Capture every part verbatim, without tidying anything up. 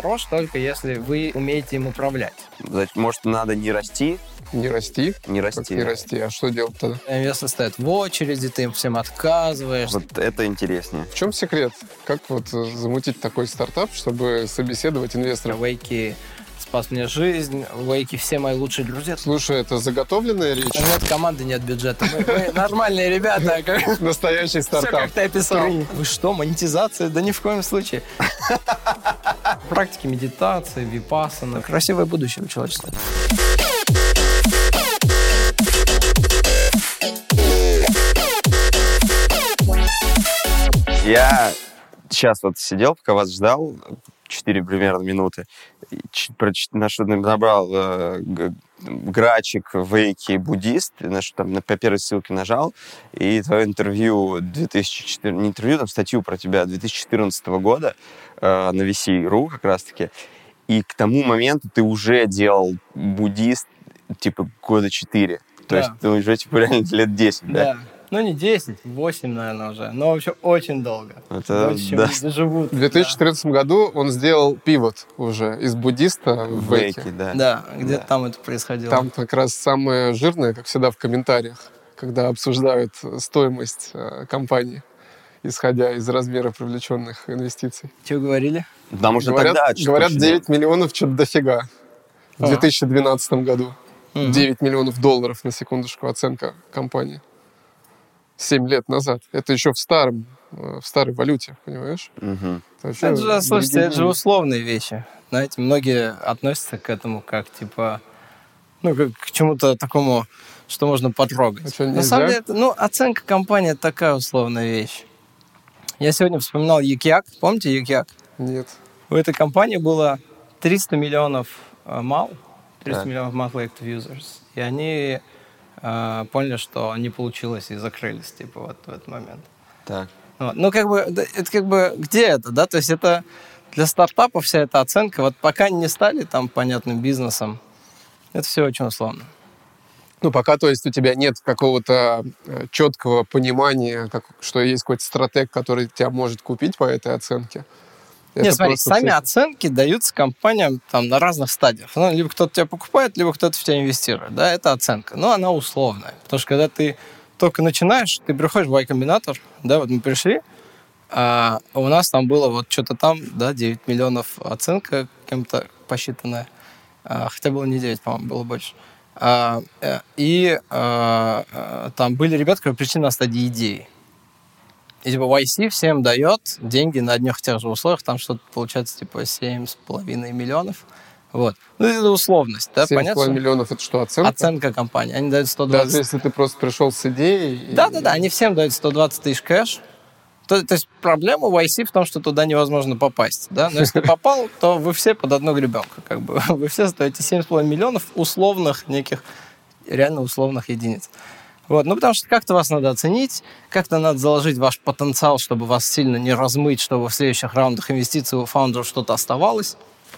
хорош только если вы умеете им управлять. Значит, может, надо не расти? Не расти? Не расти. Как не расти? А что делать тогда? Инвесторы стоят в очереди, ты им всем отказываешь. Вот это интереснее. В чем секрет? Как вот замутить такой стартап, чтобы собеседовать инвесторов? Вейки спас мне жизнь, Вейки все мои лучшие друзья. Слушай, это заготовленная речь? Нет команды, нет бюджета. Мы, мы нормальные ребята. Как... Настоящий стартап. Все, как ты описал. Вы что, монетизация? Да ни в коем случае. Практики медитации, випассана. Красивое будущее у человечества. Я сейчас вот сидел, пока вас ждал, четыре примерно минуты, набрал э, грачик, вейки, буддист, наш, там, по первой ссылке нажал, и твое интервью две тысячи четырнадцатого, не интервью, там статью про тебя две тысячи четырнадцатого года э, на ви си точка ру как раз-таки, и к тому моменту ты уже делал буддист, типа, года четыре. То да. есть ты уже, типа, реально лет десять, да? Да. Ну, не десять, восемь, наверное, уже. Но вообще очень долго. Это, больше, да. чем живут. В две тысячи четырнадцатом да. году он сделал пивот уже из буддиста в вейке. Да, да где-то да. там это происходило. Там как раз самое жирное, как всегда, в комментариях, когда обсуждают стоимость компании, исходя из размера привлеченных инвестиций. Что говорили? Там уже говорят, тогда... Говорят, девять миллионов что-то дофига. В две тысячи двенадцатом году. Угу. девять миллионов долларов, на секундочку, оценка компании. семь лет назад. Это еще в старом, в старой валюте, понимаешь? Угу. Это, это же, слушайте, это же условные вещи. Знаете, многие относятся к этому как, типа, ну, как к чему-то такому, что можно потрогать. А что, на самом деле, это, ну, оценка компании — это такая условная вещь. Я сегодня вспоминал Юкьяк. Помните Юкьяк? Нет. У этой компании было триста миллионов мал, триста так. миллионов monthly active users. И они э, поняли, что не получилось и закрылись, типа, вот в этот момент. Так. Вот. Ну, как бы, это как бы, где это, да? То есть это для стартапов вся эта оценка, вот пока они не стали там понятным бизнесом, это все очень условно. Ну, пока, то есть, у тебя нет какого-то четкого понимания, как, что есть какой-то стратег, который тебя может купить по этой оценке. Нет, смотри, сами все... оценки даются компаниям там на разных стадиях. Ну, либо кто-то тебя покупает, либо кто-то в тебя инвестирует. Да, это оценка. Но она условная. Потому что когда ты только начинаешь, ты приходишь в Y-комбинатор, да, вот мы пришли, а у нас там было вот что-то там, да, девять миллионов оценка кем-то посчитанная. А, хотя было не девять, по-моему, было больше. А, и а, там были ребята, которые пришли на стадии идеи. И типа вай си всем дает деньги на одних и тех же условиях, там что-то получается типа семь с половиной миллионов. Вот. Ну, это условность, да, понятно? семь с половиной миллионов это что, оценка? Оценка компании. Они дают сто двадцать. Даже если ты просто пришел с идеей? Да-да-да, и... они всем дают сто двадцать тысяч кэш. То, то есть проблема у вай си в том, что туда невозможно попасть, да? Но если ты попал, то вы все под одну гребенку, как бы. Вы все стоите семь с половиной миллионов условных неких, реально условных единиц. Вот, ну, потому что как-то вас надо оценить, как-то надо заложить ваш потенциал, чтобы вас сильно не размыть, чтобы в следующих раундах инвестиций у фаундеров что-то оставалось.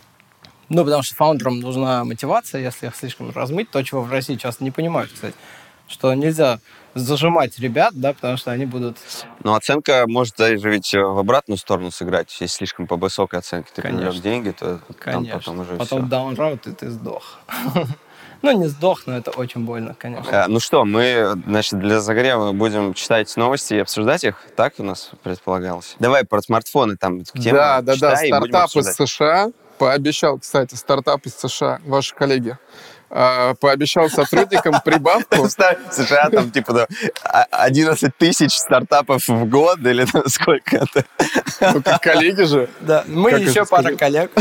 Ну, потому что фаундерам нужна мотивация, если их слишком размыть, то, чего в России часто не понимают, кстати, что нельзя зажимать ребят, да, потому что они будут... Но оценка может даже ведь в обратную сторону сыграть. Если слишком по высокой оценке ты берешь деньги, то там потом уже потом все. даунраут, и ты сдох. Ну, не сдох, но это очень больно, конечно. А, ну что, мы, значит, для загрева будем читать новости и обсуждать их. Так у нас предполагалось. Давай про смартфоны там. Тему да, да, да. Стартап из обсуждать. США пообещал, кстати, стартап из США, ваши коллеги, пообещал сотрудникам прибавку. В США там типа одиннадцать тысяч стартапов в год или сколько это? Ну, как коллеги же. Да, мы еще пара коллег.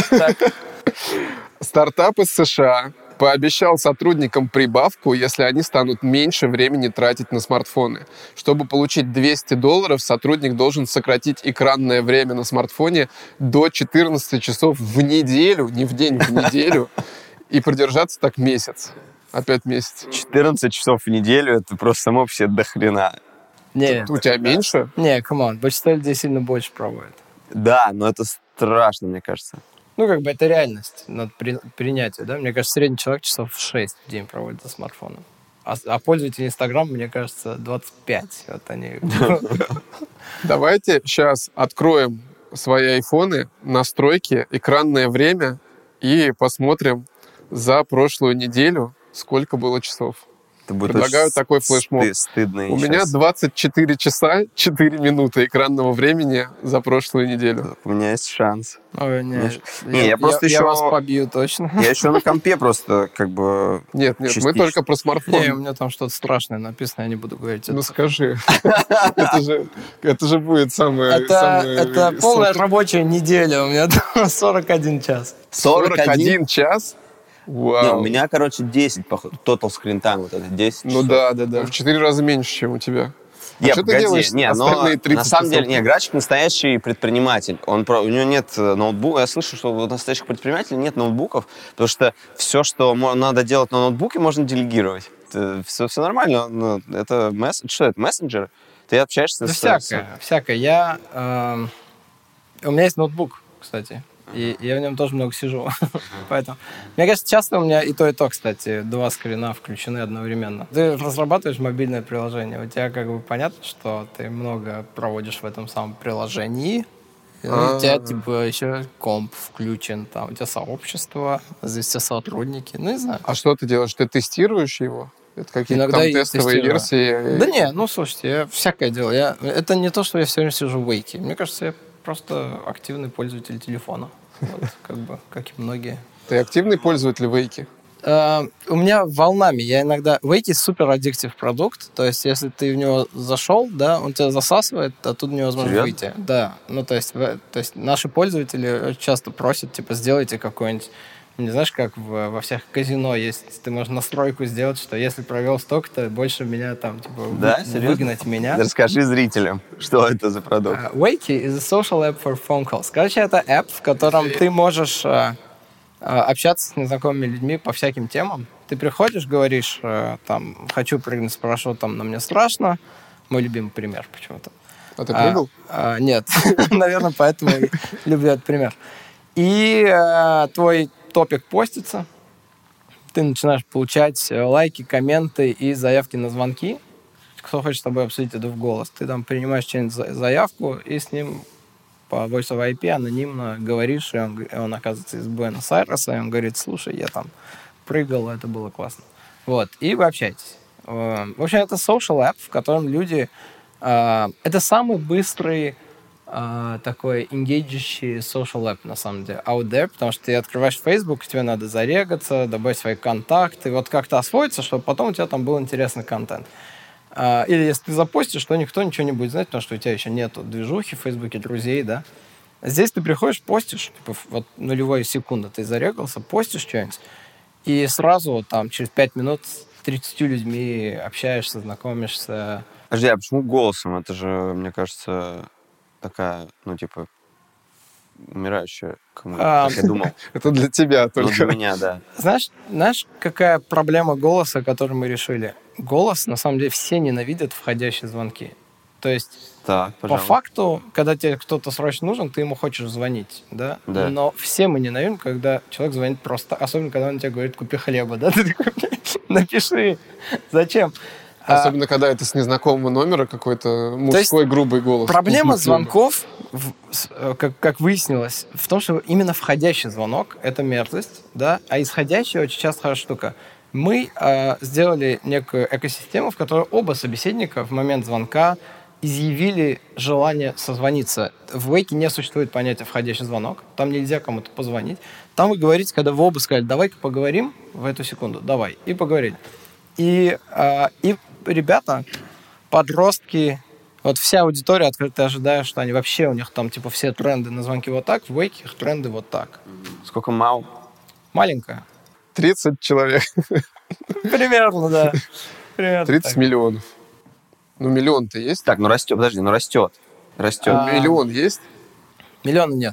Стартап из США пообещал сотрудникам прибавку, если они станут меньше времени тратить на смартфоны. Чтобы получить двести долларов, сотрудник должен сократить экранное время на смартфоне до четырнадцати часов в неделю, не в день, в неделю, и продержаться так месяц. Опять месяц. четырнадцать часов в неделю, это просто само все до хрена. Нет. У тебя меньше? Не, камон, большинство людей сильно больше проводит. Да, но это страшно, мне кажется. Ну, как бы это реальность, надо при, принять ее, да? Мне кажется, средний человек часов шесть в день проводит за смартфоном. А, а пользователи Инстаграма, мне кажется, двадцать пять. Вот они... Давайте сейчас откроем свои айфоны, настройки, экранное время и посмотрим за прошлую неделю, сколько было часов. Предлагаю такой флешмоб. Сты- стыдно У сейчас. меня двадцать четыре часа четыре минуты экранного времени за прошлую неделю. У меня есть шанс. Ой, не, Не, я просто я еще- вас побью точно. Я еще на компе просто как бы... Нет, нет, мы Частично. только про смартфон. Не, у меня там что-то страшное написано, я не буду говорить. Ну это. скажи. Это же, это же будет самое... Это, самое это сок- полная рабочая неделя, у меня там сорок один час. сорок один час? Вау. Не, у меня, короче, десять, походу. Total screen time, вот это десять Ну часов. да, да, да. В четыре раза меньше, чем у тебя. А Не, что ты погоди, делаешь не, но остальные тридцать на самом деле, часов? не, Грачик настоящий предприниматель. Он, про- у него нет ноутбука. Я слышу, что у настоящих предпринимателей нет ноутбуков, потому что все, что мо- надо делать на ноутбуке, можно делегировать. Все, все нормально. Ну, это месс... Что это? Мессенджер? Ты общаешься Да с... всякое, всякое. Я, эм, у меня есть ноутбук, кстати, и я в нем тоже много сижу. Поэтому, мне кажется, часто у меня и то, и то, кстати, два скрина включены одновременно. Ты разрабатываешь мобильное приложение, у тебя как бы понятно, что ты много проводишь в этом самом приложении, и у тебя, типа, еще комп включен, там, у тебя сообщество, здесь все сотрудники, ну, не знаю. А что ты делаешь? Ты тестируешь его? Это какие-то Иногда там и тестовые тестирую. версии? Да не, ну, слушайте, я всякое дело. Я, это не то, что я все время сижу в вейке. Мне кажется, я просто активный пользователь телефона. Вот, как бы, как и многие. Ты активный пользователь Вейки? Э, у меня волнами. Я иногда... Вейки супер аддиктив продукт. То есть, если ты в него зашел, да, он тебя засасывает, а тут невозможно Серьезно? выйти. Да. Ну, то есть, в- то есть, наши пользователи очень часто просят, типа, сделайте какой-нибудь... Не знаешь, как в, во всех казино есть, ты можешь настройку сделать, что если провел столько-то, больше меня там, типа, вы- Да? Серьезно? выгнать меня. Расскажи зрителям, что это за продукт. Uh, Wakey is a social app for phone calls. Короче, это app, в котором ты можешь uh, uh, общаться с незнакомыми людьми по всяким темам. Ты приходишь, говоришь, uh, там, хочу прыгнуть с парашютом, но мне страшно. Мой любимый пример почему-то. А ты прыгал? А, а, нет, наверное, поэтому и люблю этот пример. И а, твой топик постится, ты начинаешь получать э, лайки, комменты и заявки на звонки. Кто хочет с тобой обсудить это в голос, ты там принимаешь чью-нибудь за- заявку и с ним по Voice over ай пи анонимно говоришь, и он, г- он оказывается из Буэнос-Айреса, и он говорит, слушай, я там прыгал, это было классно. Вот, и вы общаетесь. Э, В общем, это social app, в котором люди... э, Это самый быстрый э, такой engaging social app, на самом деле, out there, потому что ты открываешь Facebook, тебе надо зарегаться, добавить свои контакты, вот как-то освоиться, чтобы потом у тебя там был интересный контент. А, Или если ты запостишь, то никто ничего не будет знать, потому что у тебя еще нету движухи в Фейсбуке, друзей, да. Здесь ты приходишь, постишь, типа, вот нулевой секунды ты зарегался, постишь что-нибудь, и сразу там через пять минут с тридцатью людьми общаешься, знакомишься. Подожди, а почему голосом? Это же, мне кажется, такая, ну, типа, умирающая коммуна. А, Как я думал. Это для тебя Ну, только. для меня, да. Знаешь, знаешь, какая проблема голоса, которую мы решили? Голос, на самом деле, все ненавидят входящие звонки. То есть, Так, по пожалуйста. факту, когда тебе кто-то срочно нужен, ты ему хочешь звонить, да? Да. Но все мы ненавидим, когда человек звонит просто, особенно когда он тебе говорит, купи хлеба, да? Ты такой, блядь, напиши. Зачем? А, Особенно, когда это с незнакомого номера какой-то мужской грубый голос. Проблема Пиздец. звонков, в- с- э, как, как выяснилось, в том, что именно входящий звонок — это мерзость, да, а исходящий очень часто хорошая штука. Мы э, сделали некую экосистему, в которой оба собеседника в момент звонка изъявили желание созвониться. В Wake не существует понятия «входящий звонок», там нельзя кому-то позвонить. Там вы говорите, когда вы оба сказали, давай-ка поговорим в эту секунду, давай, и поговорили. И, э, и ребята, подростки, вот вся аудитория, от которой ты ожидаешь, что они вообще, у них там типа все тренды на звонки вот так, в Wake их тренды вот так. Сколько мау? Маленькая. тридцать человек. Примерно, да. Примерно тридцать так. миллионов. Ну, миллион-то есть? Так, ну растет, подожди, ну растет. Растет. А, Миллион есть? Миллиона нет.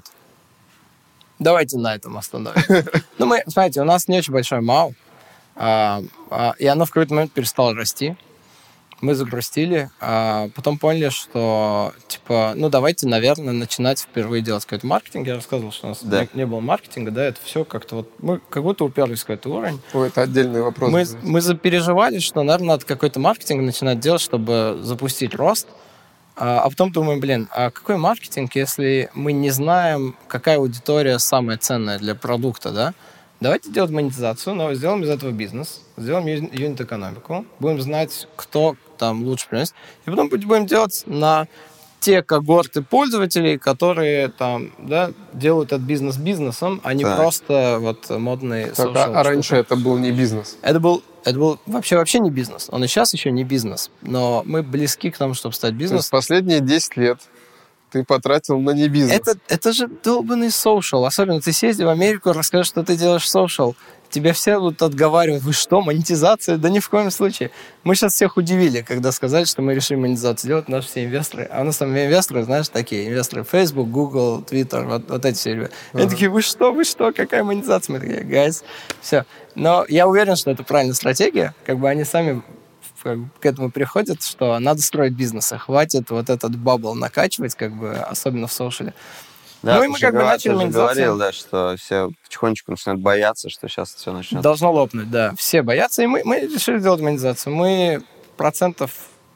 Давайте на этом остановимся. Ну, мы, смотрите, у нас не очень большой МАУ, а, а, и оно в какой-то момент перестало расти. Мы загрустили, а потом поняли, что, типа, ну, давайте, наверное, начинать впервые делать какой-то маркетинг. Я рассказывал, что у нас Да. не, не было маркетинга, да, это все как-то вот... Мы как будто уперлись в какой-то уровень. Ой, это отдельный вопрос. Мы, будет. мы запереживали, что, наверное, надо какой-то маркетинг начинать делать, чтобы запустить рост. А, а потом думаем, блин, а какой маркетинг, если мы не знаем, какая аудитория самая ценная для продукта, да? Давайте делать монетизацию, но сделаем из этого бизнес, сделаем ю- юнит-экономику, будем знать, кто там лучше приносит, и потом будем делать на те когорты пользователей, которые там, да, делают этот бизнес бизнесом, а не Так. просто вот модный Так, а, а раньше это был не бизнес. Это был, это был вообще вообще не бизнес. Он и сейчас еще не бизнес, но мы близки к тому, чтобы стать То есть бизнесом. последние десять лет ты потратил на не бизнес. Это, это же долбанный соушал. Особенно ты съезди в Америку, расскажешь, что ты делаешь соушал. Тебя все будут отговаривать. Вы что, монетизация? Да ни в коем случае. Мы сейчас всех удивили, когда сказали, что мы решили монетизацию делать, наши все инвесторы. А у нас там инвесторы, знаешь, такие инвесторы Facebook, Google, Twitter, вот, вот эти все ребята. Uh-huh. Они такие, вы что, вы что, какая монетизация? Мы такие, guys, все. Но я уверен, что это правильная стратегия. Как бы они сами к этому приходят, что надо строить бизнесы. Хватит вот этот бабл накачивать, как бы, особенно в соушале. Да, ну и мы как бы начали ты же монетизацию. говорил, да, что все потихонечку начинают бояться, что сейчас все начнет. Должно лопнуть, да. Все боятся, и мы, мы решили сделать монетизацию. Мы процентов,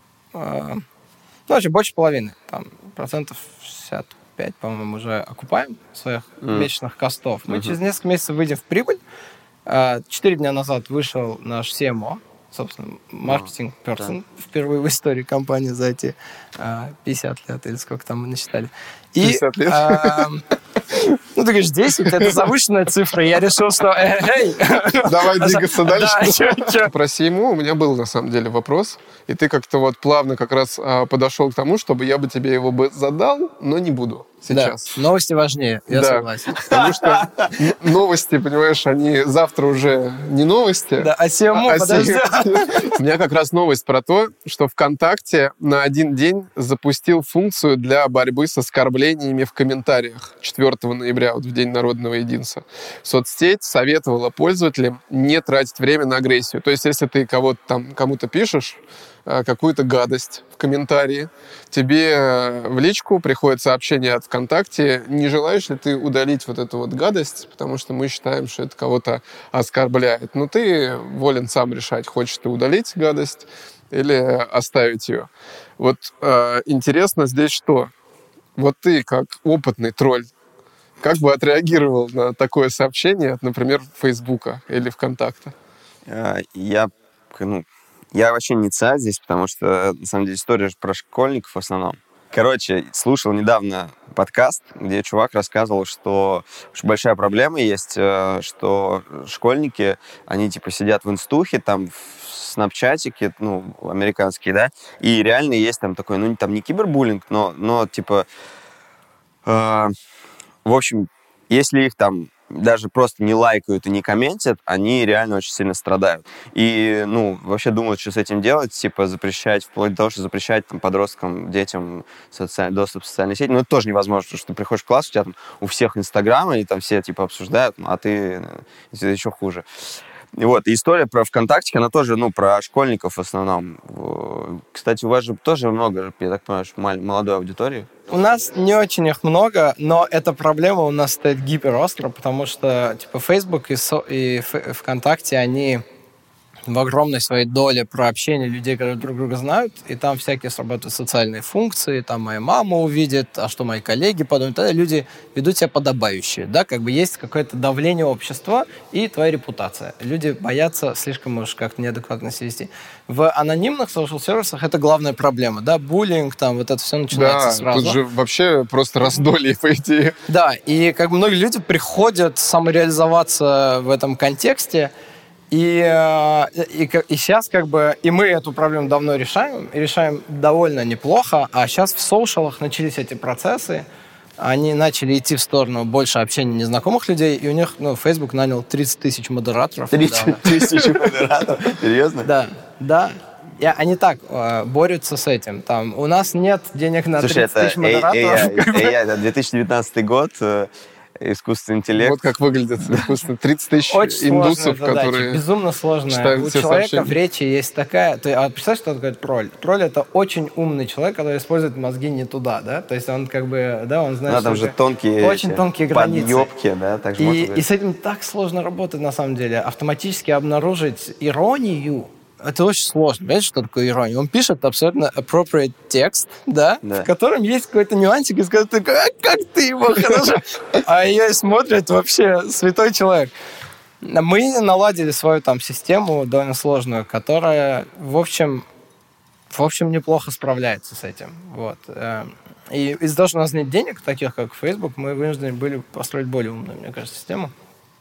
э, ну, вообще больше половины, там, процентов шестьдесят пять, по-моему, уже окупаем своих mm. месячных костов. Мы mm-hmm. через несколько месяцев выйдем в прибыль. Четыре дня назад вышел наш си эм о, собственно, маркетинг персон, mm. да. впервые в истории компании за эти э, пятьдесят лет, или сколько там мы насчитали. И, пятьдесят лет? Э, ну, ты говоришь, десять, это завышенная цифра, и я решил, что эй, давай двигаться дальше. Про си эм о у меня был, на самом деле, вопрос, и ты как-то вот плавно как раз а, подошел к тому, чтобы я бы тебе его бы задал, но не буду сейчас. Да, новости важнее, я да, согласен. Потому что новости, понимаешь, они завтра уже не новости. Да, а си эм о, а подожди. У меня как раз новость про то, что ВКонтакте на один день запустил функцию для борьбы с оскорблениями в комментариях. четвёртого ноября, вот в День народного единства. Соцсеть советовала пользователям не тратить время на агрессию. То есть, если ты кого-то там, кому-то пишешь, какую-то гадость в комментарии, тебе в личку приходит сообщение от ВКонтакте, не желаешь ли ты удалить вот эту вот гадость, потому что мы считаем, что это кого-то оскорбляет. Но ты волен сам решать, хочешь ты удалить гадость или оставить ее. Вот э, интересно здесь что? Вот ты, как опытный тролль, как бы отреагировал на такое сообщение от, например, Фейсбука или ВКонтакта? Я, ну, я вообще не царь здесь, потому что, на самом деле, история же про школьников в основном. Короче, слушал недавно подкаст, где чувак рассказывал, что очень большая проблема есть, что школьники, они, типа, сидят в инстухе, там, в снапчатике, ну, американские, да, и реально есть там такой, ну, там не кибербуллинг, но, но типа, э, в общем, если их там даже просто не лайкают и не комментят, они реально очень сильно страдают. И, ну, вообще думают, что с этим делать, типа запрещать, вплоть до того, что запрещать там, подросткам, детям соци... доступ в социальные сети. Ну, это тоже невозможно, потому что ты приходишь в класс, у тебя там у всех Инстаграм, и там все, типа, обсуждают, а ты, это еще хуже. И вот, и история про ВКонтакте, она тоже, ну, про школьников в основном. Кстати, у вас же тоже много, я так понимаю, молодой аудитории. У нас не очень их много, но эта проблема у нас стоит гиперостро, потому что, типа, Facebook и, со, и Ф- ВКонтакте, они в огромной своей доле про общение людей, которые друг друга знают, и там всякие срабатывают социальные функции, там моя мама увидит, а что мои коллеги подумают, тогда люди ведут себя подобающе, да, как бы есть какое-то давление общества и твоя репутация. Люди боятся слишком уж как-то неадекватно себя вести. В анонимных социал-сервисах это главная проблема, да, буллинг, там вот это все начинается да, сразу. Тут же вообще просто раздолье, по идее. Да, и как бы многие люди приходят самореализоваться в этом контексте, И, и, и сейчас как бы, и мы эту проблему давно решаем, и решаем довольно неплохо, а сейчас в соушалах начались эти процессы, они начали идти в сторону больше общения незнакомых людей, и у них, ну, Facebook нанял тридцать тысяч модераторов. тридцать тысяч модераторов? Серьезно? Да, да. И они так э, борются с этим. Там, у нас нет денег на тридцать тысяч модераторов. Слушай, это две тысячи девятнадцатый год, искусственный интеллект. Вот как выглядит искусственный. тридцать тысяч индусов, которые... Безумно сложная. У человека сообщения. В речи есть такая... Ты, а представляешь, что такое тролль? Тролль — это очень умный человек, который использует мозги не туда, да? То есть он как бы... Да, он знает, да, там же тонкие... Очень тонкие границы. Подъебки, да? Так же и, и с этим так сложно работать, на самом деле. Автоматически обнаружить иронию это очень сложно. Понимаете, что такое ирония? Он пишет абсолютно appropriate текст, да, Да. в котором есть какой-то нюансик, и скажет, ты, как, как ты его хорошо... А ее смотрит вообще святой человек. Мы наладили свою там систему довольно сложную, которая, в общем, в общем, неплохо справляется с этим. Вот. И из-за того, что у нас нет денег, таких как Facebook, мы вынуждены были построить более умную, мне кажется, систему.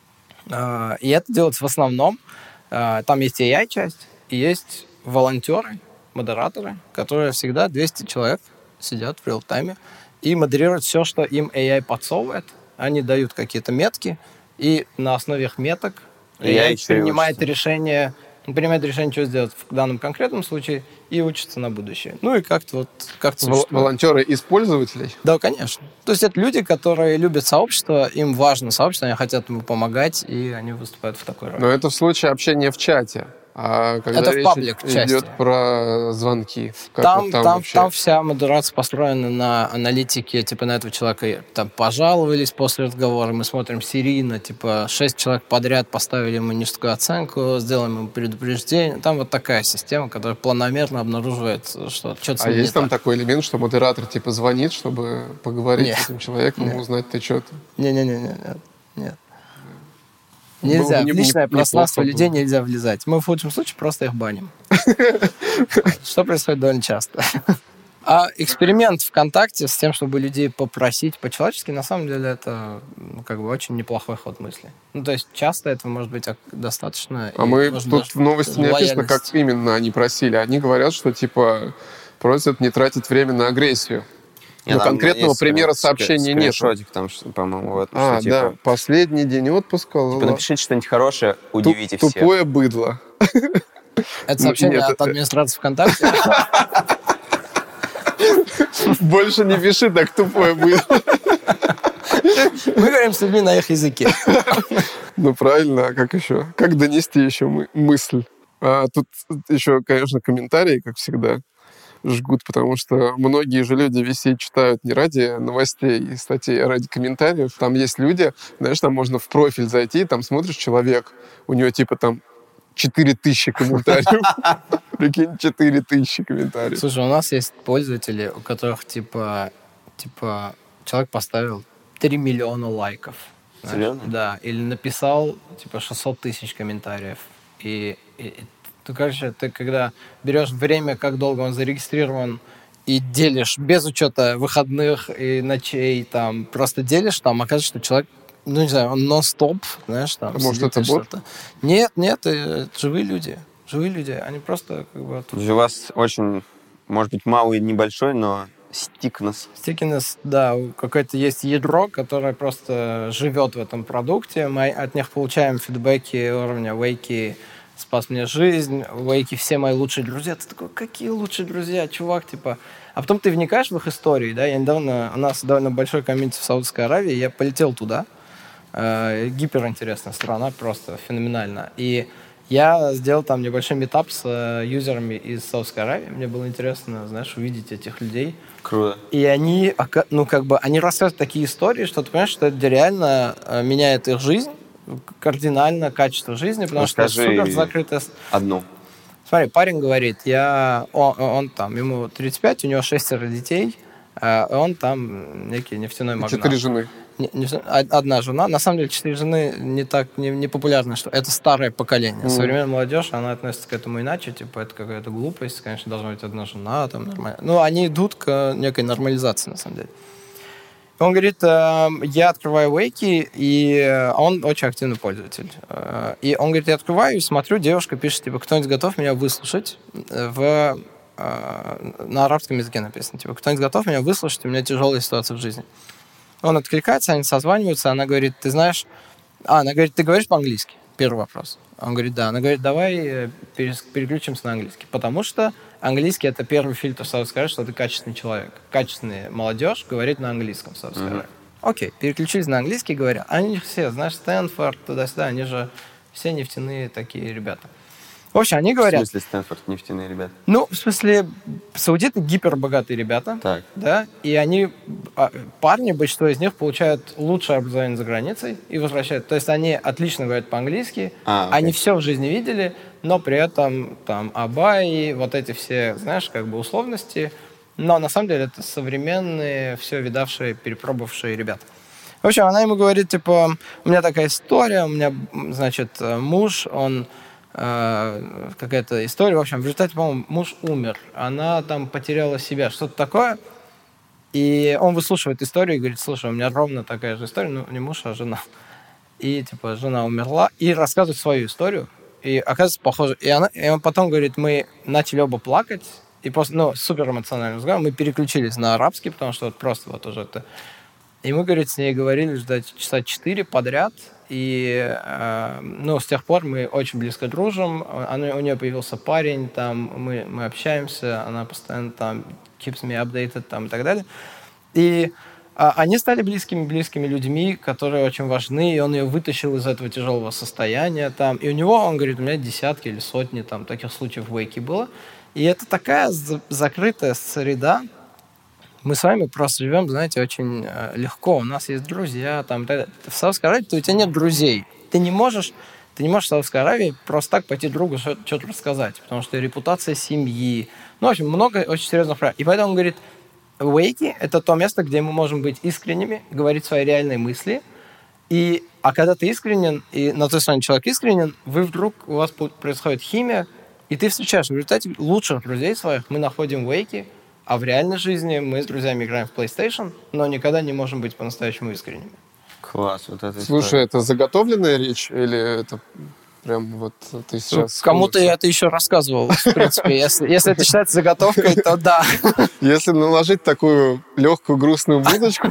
И это делается в основном. Там есть эй ай-часть, и есть волонтеры, модераторы, которые всегда двести человек сидят в реал-тайме и модерируют все, что им эй ай подсовывает. Они дают какие-то метки, и на основе их меток эй ай принимает решение, принимает решение, что сделать в данном конкретном случае, и учится на будущее. Ну и как-то вот... Как-то Вол- волонтеры использователей? Да, конечно. То есть это люди, которые любят сообщество, им важно сообщество, они хотят ему помогать, и они выступают в такой роли. Но это в случае общения в чате. А когда это речь в паблик части. идет про звонки, как там, вот там, там, вообще? там вся модерация построена на аналитике, типа на этого человека там пожаловались после разговора, мы смотрим серийно, типа шесть человек подряд поставили ему низкую оценку, сделаем ему предупреждение. Там вот такая система, которая планомерно обнаруживает, что что-то. А есть там так. такой элемент, что модератор типа звонит, чтобы поговорить Нет. с этим человеком, Нет. узнать, ты что-то? Не-не-не, нет. Нельзя, Было бы в личное не- пространство неплохо людей было. нельзя влезать. Мы в худшем случае просто их баним. Что происходит довольно часто. А эксперимент ВКонтакте с тем, чтобы людей попросить по-человечески, на самом деле это ну, как бы очень неплохой ход мысли. Ну, то есть часто этого может быть достаточно. А мы тут в новости не написано, как именно они просили. Они говорят, что типа просят не тратить время на агрессию. Не, Но там конкретного есть примера скрин- сообщения нет. скриншотик там, что, по-моему, вот, А, что, да, типа, последний день отпуска. типа, ла-ла. напишите что-нибудь хорошее, удивите Туп- всех. Тупое быдло. Это сообщение Нет, от администрации ВКонтакте. Больше не пиши так тупое быдло. Мы говорим с людьми на их языке. Ну, правильно, а как еще? Как донести еще мы- мысль? А тут еще, конечно, комментарии, как всегда, жгут, потому что многие же люди висит читают не ради новостей и статей, а ради комментариев. Там есть люди, знаешь, там можно в профиль зайти, там смотришь человек, у него типа там четыре тысячи комментариев. Прикинь, четыре тысячи комментариев. Слушай, у нас есть пользователи, у которых типа, типа человек поставил три миллиона лайков. знаешь? Серьезно? Да, или написал типа шестьсот тысяч комментариев. И, и, и ну, короче, ты когда берешь время, как долго он зарегистрирован, и делишь без учета выходных и ночей, там, просто делишь, там, оказывается, что человек, ну, не знаю, он нон-стоп, знаешь, там, А может, сидит это и бот? что-то. Нет, нет, это живые люди. Живые люди, они просто как бы... То есть у вас очень, может быть, малый и небольшой, но стикнес. Стикинес, да, у- какое-то есть ядро, которое просто живет в этом продукте. Мы от них получаем фидбэки уровня «Вейки спас мне жизнь», «Вейки все мои лучшие друзья». Ты такой, какие лучшие друзья, чувак, типа... А потом ты вникаешь в их истории, да, я недавно... У нас довольно большой комьюнити в Саудовской Аравии, я полетел туда. Э, гиперинтересная страна, просто феноменально. И я сделал там небольшой митап с э, юзерами из Саудовской Аравии. Мне было интересно, знаешь, увидеть этих людей. Круто. И они, ока- ну, как бы, они рассказывают такие истории, что ты понимаешь, что это реально э, меняет их жизнь, кардинально качество жизни, потому что это Расскажи супер закрытая... с- одну. Смотри, парень говорит, я, он, он там, ему тридцать пять, у него шестеро детей, э, он там некий нефтяной магнат. Четыре жены. Не- не знаю, од- одна жена. На самом деле, четыре жены не так не, не популярно, что это старое поколение. Мгм. Современная молодежь, она относится к этому иначе, типа это какая-то глупость, конечно, должна быть одна жена, там нормально. Ну, они идут к некой нормализации, на самом деле. Он говорит, э, я открываю Вейки, и э, он очень активный пользователь. Э, И он говорит, я открываю и смотрю, девушка пишет, типа, кто-нибудь готов меня выслушать? Э, В, э, на арабском языке написано, типа, кто-нибудь готов меня выслушать? У меня тяжелая ситуация в жизни. Он откликается, они созваниваются, она говорит, ты знаешь... А, она говорит, ты говоришь по-английски? Первый вопрос. Он говорит, да. Она говорит, давай э, перес- переключимся на английский. Потому что английский — это первый фильтр Саудовской Аравии, что ты качественный человек. Качественная молодежь говорит на английском в Саудовской Мгм. Аравии. Окей, переключились на английский, говорят. Они все, знаешь, Стэнфорд, туда-сюда, они же все нефтяные такие ребята. В общем, они В говорят... смысле Стэнфорд, нефтяные ребята? Ну, в смысле, саудиты гипербогатые ребята, Так. да, и они, а, парни, большинство из них получают лучшее образование за границей и возвращают. То есть они отлично говорят по-английски, А, окей. они все в жизни видели, но при этом там Абай, вот эти все, знаешь, как бы условности, но на самом деле это современные, все видавшие, перепробовавшие ребята. В общем, она ему говорит, типа, у меня такая история, у меня, значит, муж, он э, какая-то история, в общем, в результате, по-моему, муж умер, она там потеряла себя, что-то такое, и он выслушивает историю и говорит, слушай, у меня ровно такая же история, ну, не муж, а жена. И, типа, жена умерла, и рассказывает свою историю, и оказывается, похоже, и, она, и он потом говорит, мы начали оба плакать, и после, ну, супер эмоциональный разговор, мы переключились на арабский, потому что вот просто вот уже это... И мы, говорит, с ней говорили ждать часа четыре подряд, и, э, ну, с тех пор мы очень близко дружим, она, у нее появился парень, там, мы, мы общаемся, она постоянно там keeps me updated, там, и так далее. И э, они стали близкими-близкими людьми, которые очень важны, и он ее вытащил из этого тяжелого состояния, там, и у него, он говорит, у меня десятки или сотни, там, таких случаев в Wake было, и это такая за- закрытая среда. Мы с вами просто живем, знаете, очень э, легко. У нас есть друзья, там, так далее. В Саудовской Аравии у тебя нет друзей. Ты не можешь, ты не можешь в Саудовской Аравии просто так пойти другу что-то рассказать, потому что репутация семьи. Ну, в общем, много очень серьезных правил. И поэтому он говорит, Wake — это то место, где мы можем быть искренними, говорить свои реальные мысли. И, а когда ты искренен, и на той стороне человек искренен, вы вдруг, у вас происходит химия, и ты встречаешь в результате лучших друзей своих. Мы находим в Wake. А в реальной жизни мы с друзьями играем в PlayStation, но никогда не можем быть по-настоящему искренними. Класс, вот это. Слушай, история. это заготовленная речь или это прям вот ты сейчас... Ну, кому-то я это еще рассказывал, в принципе. Если, если это считается заготовкой, то да. Если наложить такую легкую грустную музычку...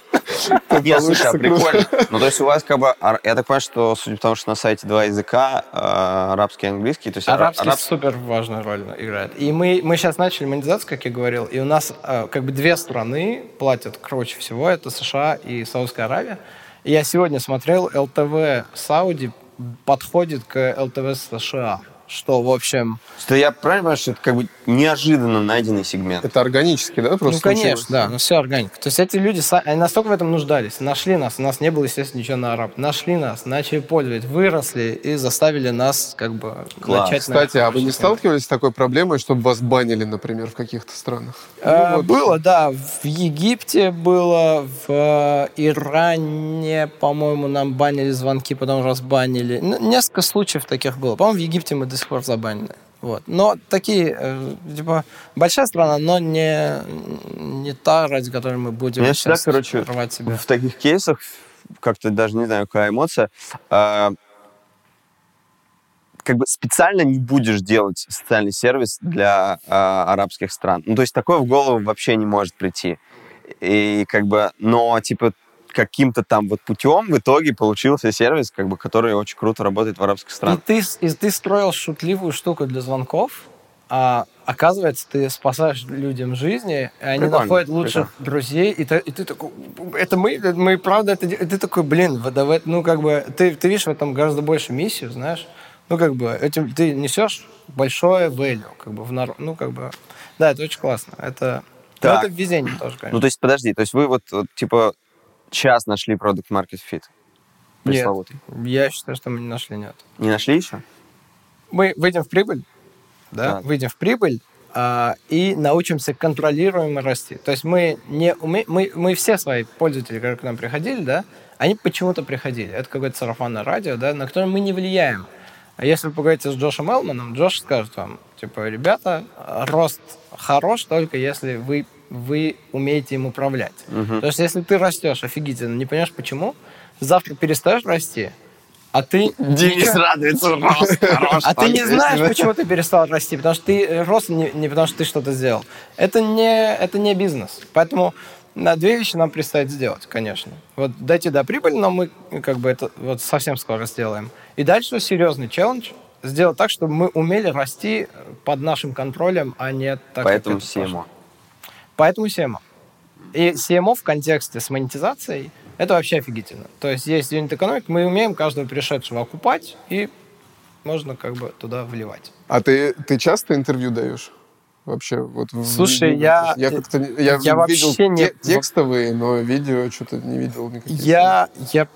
Нет, слушай, а прикольно. Ну, то есть у вас как бы... Я так понимаю, что, судя по тому, что на сайте два языка, арабский и английский, то есть... Арабский супер важную роль играет. И мы, мы сейчас начали монетизацию, как я говорил, и у нас как бы две страны платят круче всего. Это США и Саудовская Аравия. И я сегодня смотрел, эл тэ вэ Сауди подходит к эл тэ вэ США. Что, в общем... Что я правильно понимаю, что это как бы неожиданно найденный сегмент? Это органически, да? Просто ну, конечно, случилось? да, ну все органика. То есть эти люди, они настолько в этом нуждались, нашли нас, у нас не было, естественно, ничего на араб, нашли нас, начали пользовать, выросли и заставили нас как бы Класс. начать... Кстати, а вы не сталкивались с такой проблемой, чтобы вас банили, например, в каких-то странах? А, ну, вот... Было, да, в Египте было, в Иране, по-моему, нам банили звонки, потом разбанили. Несколько случаев таких было. По-моему, в Египте мы до сих пор забанены. Вот. Но такие, э, типа, большая страна, но не, не та, ради которой мы будем Меня сейчас всегда, короче, рвать себя. В таких кейсах, как-то даже не знаю, какая эмоция, э, как бы специально не будешь делать социальный сервис для э, арабских стран. Ну, то есть такое в голову вообще не может прийти. И как бы, но, типа, каким-то там вот путем в итоге получился сервис, как бы, который очень круто работает в арабских странах. И ты, и ты строил шутливую штуку для звонков, а оказывается, ты спасаешь людям жизни, и они Прикольно, находят лучших прикольно. друзей, и ты, и ты такой, это мы, мы правда это делаем. И ты такой, блин, ну, как бы, ты, ты видишь в этом гораздо больше миссию, знаешь, ну, как бы, этим ты несешь большое value, как бы, в народ, ну, как бы, да, это очень классно, это, ну, это везение тоже, конечно. Ну, то есть, подожди, то есть вы вот, вот типа, час нашли Product Market Fit? Пресловутый. Нет, я считаю, что мы не нашли, нет. Не нашли еще? Мы выйдем в прибыль, да, так. выйдем в прибыль а, и научимся контролируемо расти. То есть мы, не уме... мы, мы все свои пользователи, которые к нам приходили, да, они почему-то приходили. Это какое-то сарафанное радио, да, на которое мы не влияем. А если вы поговорите с Джошем Элманом, Джош скажет вам, типа, ребята, рост хорош только если вы, вы умеете им управлять. Uh-huh. То есть если ты растешь офигительно, не понимаешь почему, завтра перестаешь расти, а ты... Денис радуется, рост хорош. А ты не знаешь, почему ты перестал расти, потому что ты рос не, не потому, что ты что-то сделал. Это не, это не бизнес. Поэтому на две вещи нам предстоит сделать, конечно. Вот дойти до прибыли, но мы как бы это вот совсем скоро сделаем. И дальше серьезный челлендж сделать так, чтобы мы умели расти под нашим контролем, а не так, Поэтому как это си эм о. Поэтому си эм о. И си эм о в контексте с монетизацией это вообще офигительно. То есть есть юнит экономик, мы умеем каждого пришедшего окупать, и можно как бы туда вливать. А ты, ты часто интервью даешь? Вообще, вот Слушай, в, я... Я как-то... Я, я видел вообще не... те, текстовые, но видео что-то не видел никаких. Я, я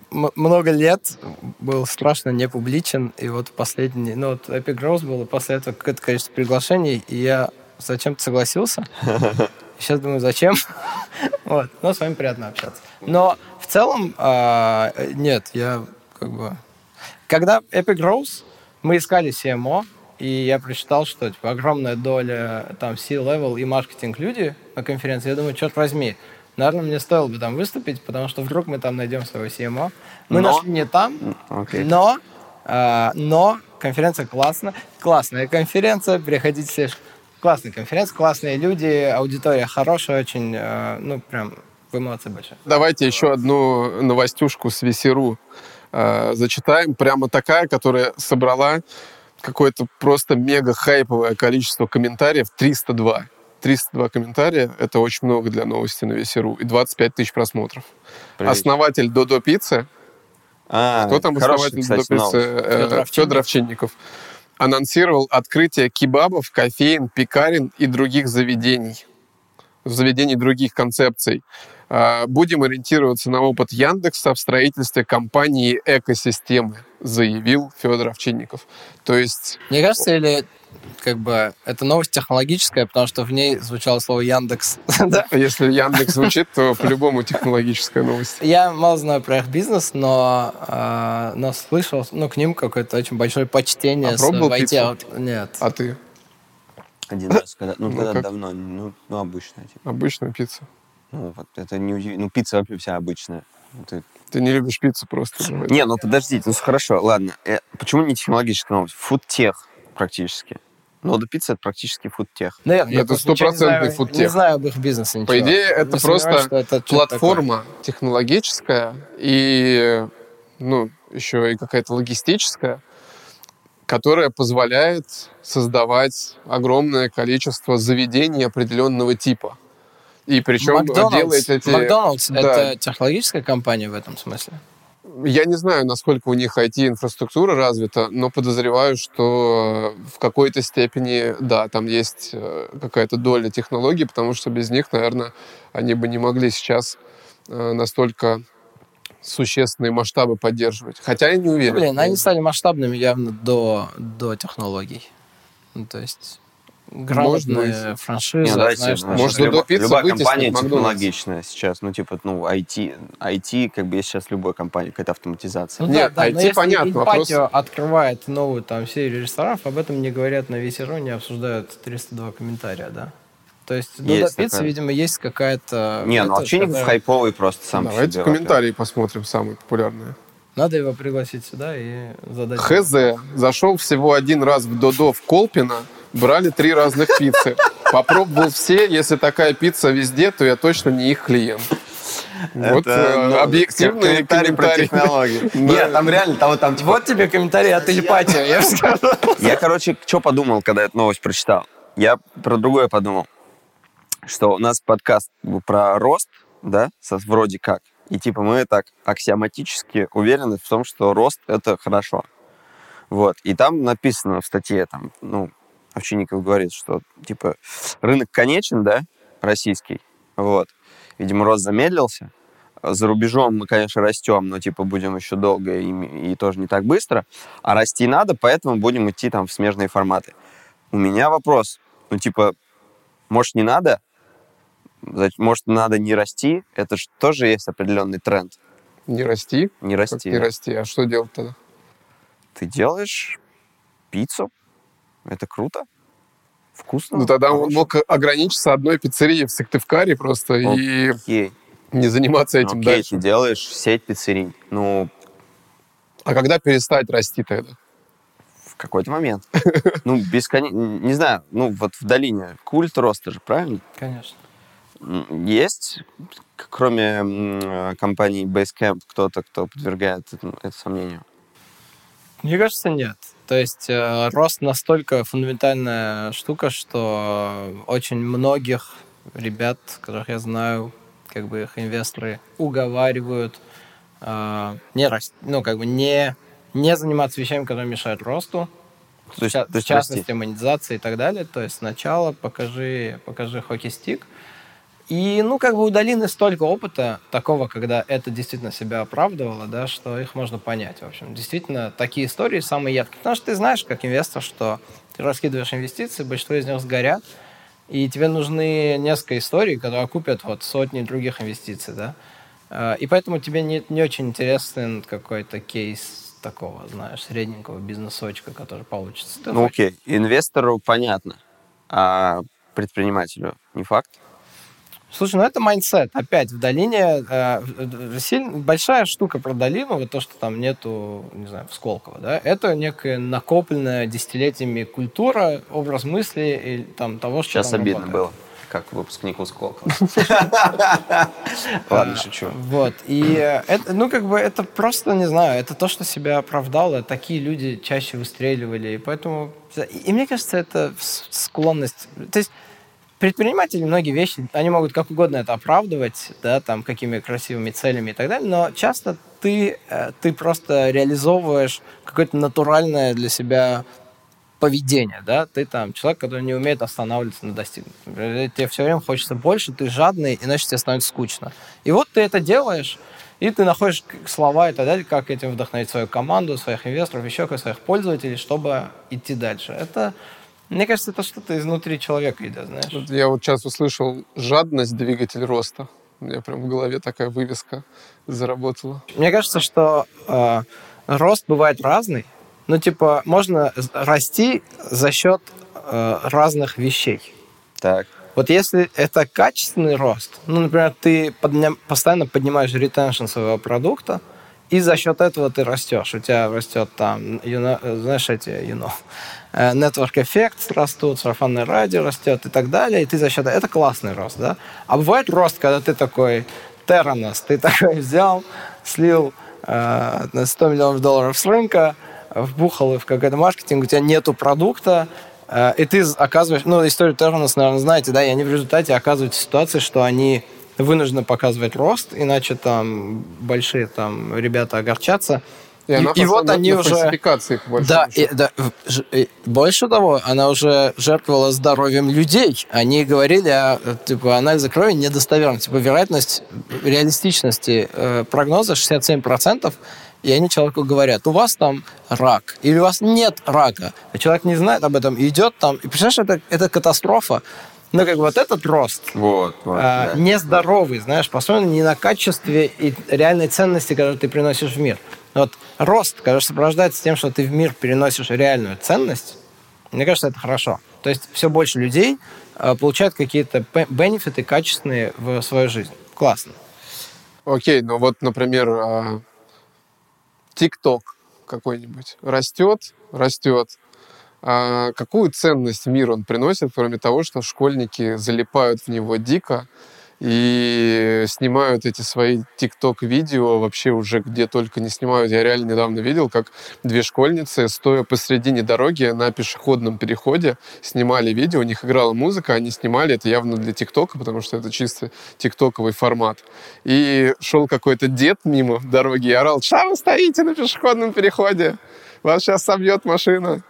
м- много лет был страшно не публичен, и вот последний, ну вот Epic Growth был, и после этого какое-то количество приглашений, и я зачем-то согласился. Сейчас думаю, зачем? Вот, но с вами приятно общаться. Но в целом, а, нет, я как бы... Когда Epic Growth, мы искали си эм о, и я прочитал, что типа, огромная доля там C-level и маркетинг люди на конференции. Я думаю, черт возьми, наверное, мне стоило бы там выступить, потому что вдруг мы там найдем своего си эм о. Мы но... нашли не там, okay. но, а, но конференция классная. Классная конференция, приходите все. Классная конференция, классные люди, аудитория хорошая очень, а, ну, прям, вы молодцы большие. Давайте еще одну новостюшку с ви си точка ру э, зачитаем. Прямо такая, которая собрала какое-то просто мега хайповое количество комментариев. триста два. триста два комментария — это очень много для новости на ви си точка ру. И двадцать пять тысяч просмотров. Привет. Основатель Додо Пиццы. А, Кто там хороший, основатель Додо Пиццы? Федор, Федор Овчинников. Анонсировал открытие кебабов, кофеин, пекарен и других заведений. Заведений других концепций. Будем ориентироваться на опыт Яндекса в строительстве компании экосистемы, заявил Федор Овчинников. То есть... Мне кажется, или как бы это новость технологическая, потому что в ней звучало слово Яндекс. Если Яндекс звучит, то по-любому технологическая новость. Я мало знаю про их бизнес, но, э, но слышал, ну, к ним какое-то очень большое почтение. А пробовал ай ти. пиццу? Нет. А ты? Один раз, когда, ну, Ну, когда как? давно, ну, ну, обычная. Типа. Обычная пицца. Ну, вот это не удивительно. Ну, пицца вообще вся обычная. Ты... Ты не любишь пиццу просто. Давай. Не, ну подождите, ну хорошо, ладно. Э, почему не технологическая новость? Фудтех практически. Ну, да, пицца — это практически фудтех. Наверное, я Это просто ничего не стопроцентный знаю- фудтех. Не знаю об их бизнесе ничего. По идее, это Я сомневаюсь, просто что это что-то платформа технологическая и, ну, еще и какая-то логистическая, которая позволяет создавать огромное количество заведений определенного типа. И причем Макдоналдс, делает эти... Макдоналдс Да. это технологическая компания в этом смысле? Я не знаю, насколько у них ай ти-инфраструктура развита, но подозреваю, что в какой-то степени, да, там есть э, какая-то доля технологий, потому что без них, наверное, они бы не могли сейчас э, настолько существенные масштабы поддерживать. Хотя я не уверен. Блин, они стали масштабными явно до, до технологий. Ну, то есть грамотные франшизы. Не, ну, давайте, знаешь, ну, там может, что-то. Додо Пицца любая вытеснит компания Макдональдс. технологичная сейчас. Ну, типа, ну, ай ти, ай ти, как бы, есть сейчас любой компании, какая-то автоматизация. Ну, Нет, да, да, ай но ти если понятно, вопрос- Инпатио открывает новую там серию ресторанов, об этом не говорят на ви си точка ру, не обсуждают триста два комментария, да? То есть Додо Есть Пицца, такая. видимо, есть какая-то... Не, ну, это, Овчинников которая- хайповый просто сам по Давайте себе, комментарии посмотрим, самые популярные. Надо его пригласить сюда и задать... Хз. Зашел всего один раз в Додо в Колпино, брали три разных пиццы. Попробовал все, если такая пицца везде, то я точно не их клиент. Вот Это, э, ну, объективные комментарий про комментарии. технологии. Да. Нет, там реально, там вот там, типа, Вот тебе комментарий от Ильпатио, я бы сказал. Я, короче, что подумал, когда эту новость прочитал? Я про другое подумал. Что у нас подкаст про рост, да, со- вроде как. И типа мы так аксиоматически уверены в том, что рост — это хорошо. Вот. И там написано в статье, там, ну, Овчинников говорит, что типа рынок конечен, да, российский. Вот. Видимо, рост замедлился. За рубежом мы, конечно, растем, но типа будем еще долго и, и тоже не так быстро. А расти надо, поэтому будем идти там в смежные форматы. У меня вопрос. Ну, типа, может, не надо? Может, надо не расти? Это же тоже есть определенный тренд. Не расти? Не Как расти. не да. расти? А что делать тогда? Ты делаешь пиццу. Это круто. Вкусно. Ну, тогда он хорошо. мог ограничиться одной пиццерией в Сыктывкаре просто и Окей. не заниматься этим Окей, дальше. ты делаешь сеть пиццерий. Ну, А когда перестать расти тогда? в какой-то момент. Ну, бесконечно... Не знаю, ну, вот в долине культ роста же, правильно? Конечно. М, Есть, к- кроме м, компании Basecamp, кто-то, кто подвергает этому- это сомнению? Мне кажется, нет. То есть э, рост настолько фундаментальная штука, что очень многих ребят, которых я знаю, как бы их инвесторы уговаривают э, не расти, ну, как бы не, не заниматься вещами, которые мешают росту. То есть- в ча- то есть в частности, расти. монетизации и так далее. То есть сначала покажи, покажи хоккей-стик. И, ну, как бы у долины столько опыта такого, когда это действительно себя оправдывало, да, что их можно понять, в общем. Действительно, такие истории самые яркие. Потому что ты знаешь, как инвестор, что ты раскидываешь инвестиции, большинство из них сгорят, и тебе нужны несколько историй, которые окупят вот сотни других инвестиций, да. И поэтому тебе не, не очень интересен какой-то кейс такого, знаешь, средненького бизнесочка, который получится. Ты ну, хочешь... окей, инвестору понятно, а предпринимателю не факт? Слушай, ну это майндсет. Опять, в долине э, сильно, большая штука про долину, вот то, что там нету, не знаю, в Сколково, да, это некая накопленная десятилетиями культура, образ мысли и там того, что Сейчас там обидно работает. было, как выпускнику Сколково. Ладно, шучу. Вот. И это, ну, как бы, это просто, не знаю, это то, что себя оправдало. Такие люди чаще выстреливали. И поэтому... И мне кажется, это склонность... То есть предприниматели многие вещи, они могут как угодно это оправдывать, да, там, какими красивыми целями и так далее, но часто ты, ты просто реализовываешь какое-то натуральное для себя поведение, да, ты там человек, который не умеет останавливаться на достигнутом. Тебе все время хочется больше, ты жадный, иначе тебе становится скучно. И вот ты это делаешь, и ты находишь слова и так далее, как этим вдохновить свою команду, своих инвесторов, еще каких своих пользователей, чтобы идти дальше. Это, мне кажется, это что-то изнутри человека идет, знаешь. Я вот сейчас услышал «жадность – двигатель роста». У меня прям в голове такая вывеска заработала. Мне кажется, что э, рост бывает разный. Ну, типа, можно расти за счет э, разных вещей. Так. Вот если это качественный рост, ну, например, ты подня... постоянно поднимаешь ретеншн своего продукта, и за счет этого ты растешь. У тебя растет там, you know, знаешь, эти, you know, network effects растут, сарафанное радио растет и так далее, и ты за счет этого... Это классный рост, да? А бывает рост, когда ты такой терранос, ты такой взял, слил э, сто миллионов долларов с рынка, вбухал в какой-то маркетинг, у тебя нету продукта, э, и ты оказываешь... Ну, историю терранос, наверное, знаете, да? И они в результате оказываются в ситуации, что они вынуждены показывать рост, иначе там большие там ребята огорчатся. И, она и, и вот на, они на уже... фальсификации, по да, большому и, да, и, больше того, она уже жертвовала здоровьем людей. Они говорили о типа, анализе крови недостоверно. Типа, вероятность реалистичности э, прогноза шестьдесят семь процентов, и они человеку говорят, у вас там рак, или у вас нет рака. А человек не знает об этом, идет там, и представляешь, это, это катастрофа. Ну, как бы вот этот рост вот, вот, а, да. нездоровый, знаешь, построен не на качестве и реальной ценности, которую ты приносишь в мир. Вот рост, который сопровождается тем, что ты в мир переносишь реальную ценность, мне кажется, это хорошо. То есть все больше людей а, получают какие-то бенефиты качественные в свою жизнь. Классно. Окей, ну вот, например, TikTok какой-нибудь растет, растет. А какую ценность в мир он приносит, кроме того, что школьники залипают в него дико и снимают эти свои тикток-видео вообще уже где только не снимают. Я реально недавно видел, как две школьницы, стоя посредине дороги на пешеходном переходе, снимали видео, у них играла музыка, они снимали это явно для тиктока, потому что это чисто тиктоковый формат. И шел какой-то дед мимо дороги и орал: «Что вы стоите на пешеходном переходе? Вас сейчас собьет машина».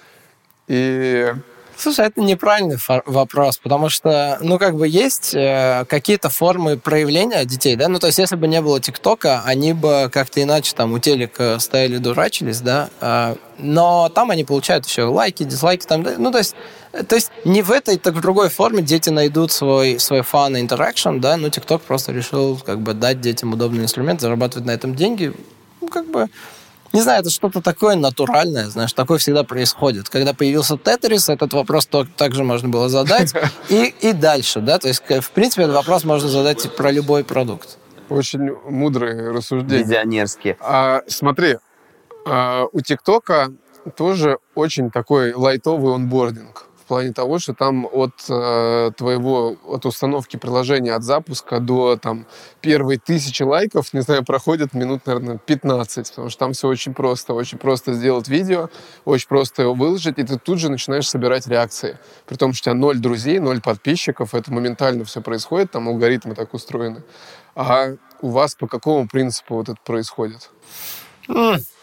И... Слушай, это неправильный фор- вопрос, потому что, ну, как бы есть э, какие-то формы проявления детей, да, ну, то есть, если бы не было ТикТока, они бы как-то иначе там у телека стояли, дурачились, да, э, но там они получают еще лайки, дизлайки, там, да, ну, то есть, то есть, не в этой, так в другой форме дети найдут свой, свой фан и интеракшн, да, но ТикТок просто решил, как бы, дать детям удобный инструмент, зарабатывать на этом деньги, ну, как бы... Не знаю, это что-то такое натуральное, знаешь, такое всегда происходит. Когда появился Тетрис, этот вопрос также можно было задать. И, и дальше, да, то есть, в принципе, этот вопрос можно задать про любой продукт. Очень мудрые рассуждения. Визионерские. А, смотри, а, у ТикТока тоже очень такой лайтовый онбординг. В плане того, что там от э, твоего, от установки приложения, от запуска до там первой тысячи лайков, не знаю, проходит минут, наверное, пятнадцать, потому что там все очень просто. Очень просто сделать видео, очень просто его выложить, и ты тут же начинаешь собирать реакции. При том, что у тебя ноль друзей, ноль подписчиков, это моментально все происходит, там алгоритмы так устроены. А у вас по какому принципу вот это происходит? Mm.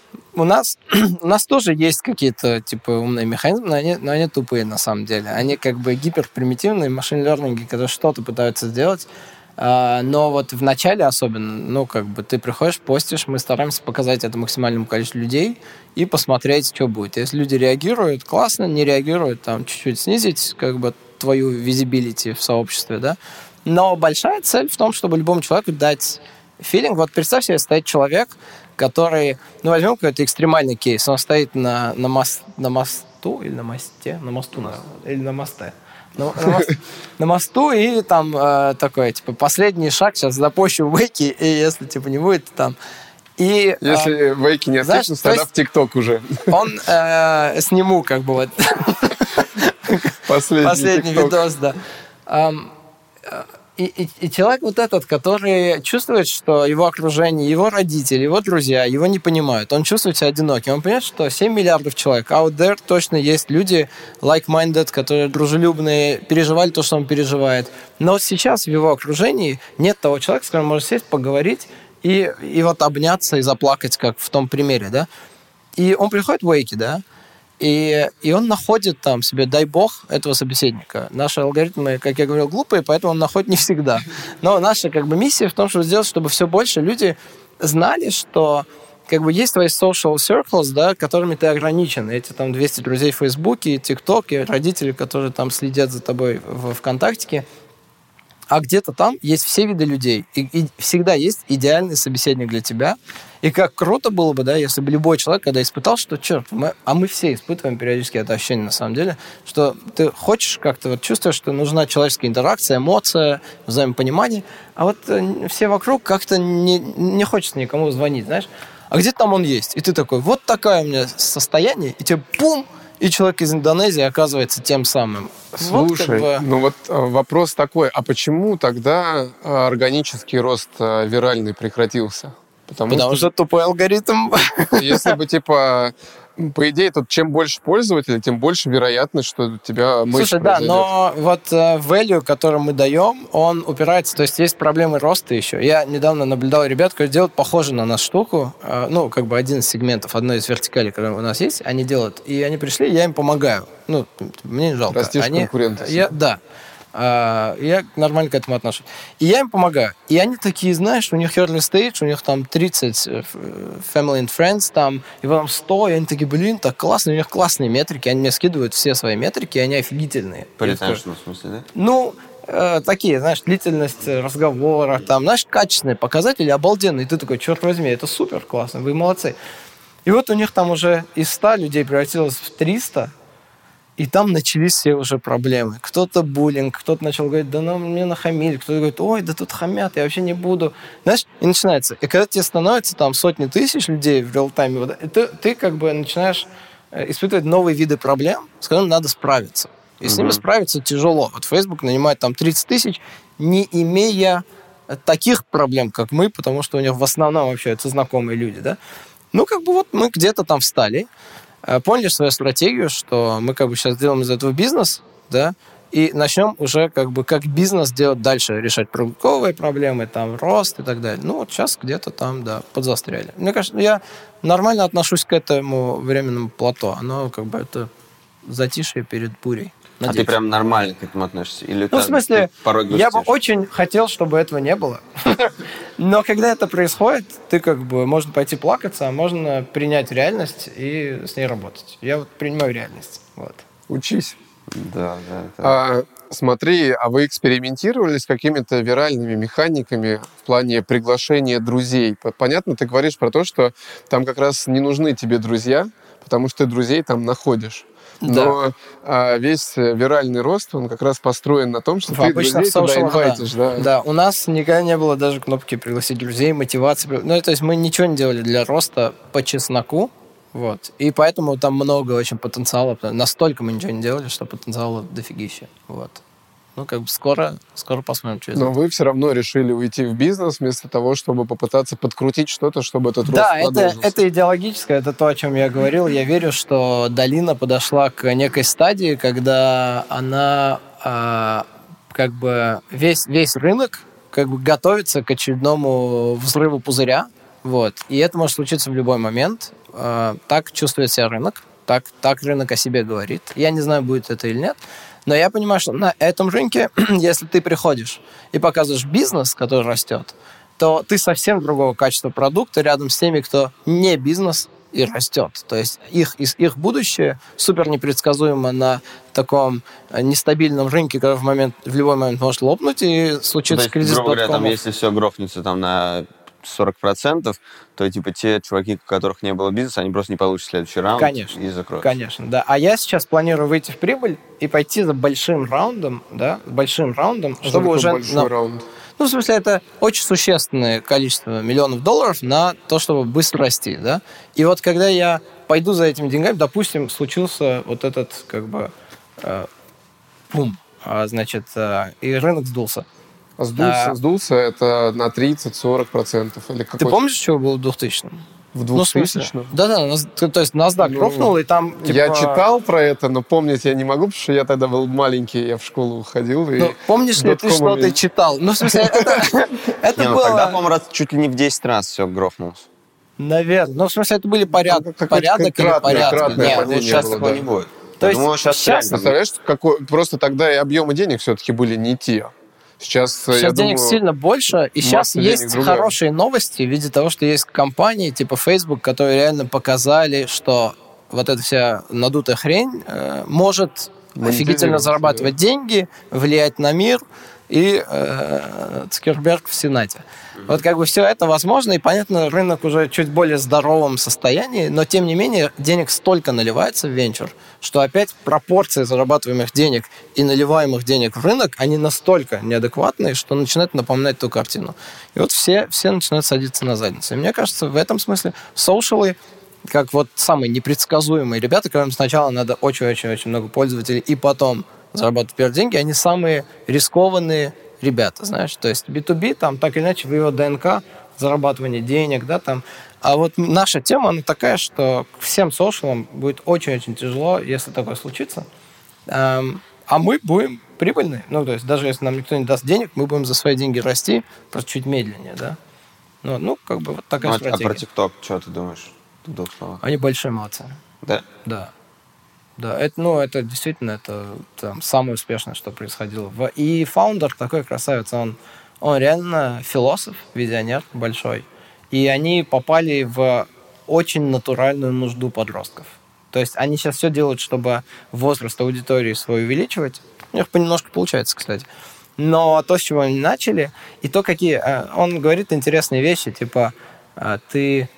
У нас, у нас тоже есть какие-то типа умные механизмы, но они, но они тупые на самом деле. Они как бы гиперпримитивные машин-лернинги, которые что-то пытаются сделать. А, но вот в начале особенно, ну, как бы ты приходишь, постишь, мы стараемся показать это максимальному количеству людей и посмотреть, что будет. Если люди реагируют, классно, не реагируют, там, чуть-чуть снизить, как бы, твою визибилити в сообществе, да. Но большая цель в том, чтобы любому человеку дать филинг. Вот представь себе, стоит человек, который, ну, возьмем какой-то экстремальный кейс, он стоит на, на, мост, на мосту или на мосте, на мосту, наверное, или на мосте. На, на, мост, на мосту, и там э, такой, типа, последний шаг, сейчас запущу вейки, и если, типа, не будет, там... И, если э, вейки не отключатся, тогда в ТикТок уже. Он э, сниму, как бы, вот... Последний, Последний видос, да. Um, и, и, и человек вот этот, который чувствует, что его окружение, его родители, его друзья его не понимают. Он чувствует себя одиноким. Он понимает, что семь миллиардов человек. Out there точно есть люди like-minded, которые дружелюбные, переживали то, что он переживает. Но сейчас в его окружении нет того человека, с которым можно сесть, поговорить и, и вот обняться и заплакать, как в том примере, да. И он приходит в Wake, да, И, и он находит там себе, дай бог, этого собеседника. Наши алгоритмы, как я говорил, глупые, поэтому он находит не всегда. Но наша как бы миссия в том, чтобы сделать, чтобы все больше люди знали, что как бы есть твои social circles, да, которыми ты ограничен. Эти там двести друзей в Фейсбуке, ТикТоке, родители, которые там следят за тобой в ВКонтактике. А где-то там есть все виды людей. И, и всегда есть идеальный собеседник для тебя. И как круто было бы, да, если бы любой человек, когда испытал, что, черт, мы, а мы все испытываем периодически это ощущение, на самом деле, что ты хочешь как-то, вот чувствуешь, что нужна человеческая интеракция, эмоция, взаимопонимание, а вот э, все вокруг как-то не, не хочется никому звонить, знаешь. А где-то там он есть. И ты такой, вот такое у меня состояние, и тебе бум, и человек из Индонезии оказывается тем самым. Слушай, вот как бы... ну вот вопрос такой, а почему тогда органический рост виральный прекратился? Потому, Потому что... что тупой алгоритм. Если бы, типа, по идее, тут чем больше пользователей, тем больше вероятность, что у тебя мышь Слушай, да, произойдет. но вот value, который мы даем, он упирается, то есть есть проблемы роста еще. Я недавно наблюдал ребят, которые делают похожую на нас штуку, ну, как бы один из сегментов, одной из вертикалей, которые у нас есть, они делают, и они пришли, я им помогаю. Ну, мне не жалко. Растишь они... конкурентов. Я... Да. Я нормально к этому отношусь. И я им помогаю. И они такие, знаешь, у них early stage, у них там тридцать family and friends, там, и потом сто, и они такие, блин, так классно, у них классные метрики, они мне скидывают все свои метрики, и они офигительные. По ретеншну, в смысле, да? Ну, э, такие, знаешь, длительность разговора, там, знаешь, качественные показатели, обалденные. И ты такой, черт возьми, это супер классно, вы молодцы. И вот у них там уже из ста людей превратилось в триста, и там начались все уже проблемы. Кто-то буллинг, кто-то начал говорить, да ну, мне нахамили, кто-то говорит, ой, да тут хамят, я вообще не буду. Знаешь, и начинается. И когда тебе становится там сотни тысяч людей в реал-тайме, вот, ты, ты как бы начинаешь испытывать новые виды проблем, с которыми надо справиться. И mm-hmm. с ними справиться тяжело. Вот Facebook нанимает там тридцать тысяч, не имея таких проблем, как мы, потому что у них в основном общаются знакомые люди, да. Ну, как бы вот мы где-то там встали, поняли свою стратегию, что мы как бы сейчас делаем из этого бизнес, да, и начнем уже как бы как бизнес делать дальше, решать продуктовые проблемы, там, рост и так далее. Ну, вот сейчас где-то там, да, подзастряли. Мне кажется, я нормально отношусь к этому временному плато. Оно как бы это затишье перед бурей. Надеюсь. А ты прям нормально к этому относишься? Или ну, в смысле, я бы очень хотел, чтобы этого не было. Но когда это происходит, ты как бы, можно пойти плакаться, а можно принять реальность и с ней работать. Я вот принимаю реальность. Вот. Учись. Да, да. да. А, смотри, а вы экспериментировали с какими-то виральными механиками в плане приглашения друзей? Понятно, ты говоришь про то, что там как раз не нужны тебе друзья, потому что ты друзей там находишь. Но да. а, весь виральный рост, он как раз построен на том, что в ты друзей туда инвайтишь. Да. Да. да, у нас никогда не было даже кнопки «Пригласить друзей», мотивации. Ну, то есть мы ничего не делали для роста по чесноку. Вот. И поэтому там много очень потенциала. Настолько мы ничего не делали, что потенциала дофигища. Вот. Ну, как бы скоро, скоро посмотрим, что это. Но вы все равно решили уйти в бизнес вместо того, чтобы попытаться подкрутить что-то, чтобы этот рост да, продолжился. Да, это, это идеологическое, это то, о чем я говорил. Я верю, что долина подошла к некой стадии, когда она э, как бы весь, весь рынок как бы готовится к очередному взрыву пузыря. Вот. И это может случиться в любой момент. э, так чувствует себя рынок, так, так рынок о себе говорит. Я не знаю, будет это или нет, но я понимаю, что на этом рынке, если ты приходишь и показываешь бизнес, который растет, то ты совсем другого качества продукта рядом с теми, кто не бизнес и растет. То есть их, их будущее супер непредсказуемо на таком нестабильном рынке, который в, момент, в любой момент может лопнуть и случится ну, кризис. Грубо говоря, там, если все грохнется там, на сорок процентов, то типа те чуваки, у которых не было бизнеса, они просто не получат следующий раунд конечно, и закроют. Конечно, да. А я сейчас планирую выйти в прибыль и пойти за большим раундом, да, большим раундом, Что чтобы уже... большой на... раунд? Ну, в смысле, это очень существенное количество миллионов долларов на то, чтобы быстро расти, да. И вот когда я пойду за этими деньгами, допустим, случился вот этот, как бы, э, бум, а, значит, э, и рынок сдулся. Сдулся, а, сдулся это на тридцать-сорок процентов. Или ты помнишь, что было в двухтысячном? В двухтысячном? Ну, да-да, то есть NASDAQ ну, рухнул, и там... Типа... Я читал про это, но помнить я не могу, потому что я тогда был маленький, я в школу ходил. И ну, помнишь ли ты, что ты читал? Ну, в смысле, это не, было... Ну, тогда, по-моему, раз, чуть ли не в десять раз все грохнулось. Наверное. Ну, в смысле, это были поряд... ну, порядок или порядок. Нет, ну, сейчас было, такого да. не будет. То я есть думаю, сейчас, сейчас представляешь, какой... просто тогда и объемы денег все-таки были не те. Сейчас, сейчас я денег думаю, сильно больше, и сейчас есть хорошие новости в виде того, что есть компании типа Facebook, которые реально показали, что вот эта вся надутая хрень э, может офигительно зарабатывать да. деньги, влиять на мир, и э, Цукерберг в Сенате. Mm-hmm. Вот как бы все это возможно, и, понятно, рынок уже чуть более здоровом состоянии, но, тем не менее, денег столько наливается в венчур, что опять пропорции зарабатываемых денег и наливаемых денег в рынок, они настолько неадекватные, что начинают напоминать ту картину. И вот все, все начинают садиться на задницу. И мне кажется, в этом смысле соушалы, как вот самые непредсказуемые ребята, которым сначала надо очень-очень-очень много пользователей, и потом зарабатывать первые деньги, они самые рискованные ребята, знаешь. То есть би ту би, там, так или иначе, в его ДНК зарабатывание денег, да, там. А вот наша тема, она такая, что всем соушалам будет очень-очень тяжело, если такое случится. Эм, а мы будем прибыльны. Ну, то есть даже если нам никто не даст денег, мы будем за свои деньги расти, просто чуть медленнее, да. Ну, ну как бы вот такая ну, стратегия. А про ТикТок что ты думаешь? В двух словах. Они большие молодцы. Да? Да. Да, это, ну, это действительно это там, самое успешное, что происходило. И фаундер такой красавец, он, он реально философ, визионер большой. И они попали в очень натуральную нужду подростков. То есть они сейчас все делают, чтобы возраст аудитории свой увеличивать. У них понемножку получается, кстати. Но то, с чего они начали, и то, какие... Он говорит интересные вещи, типа, ты...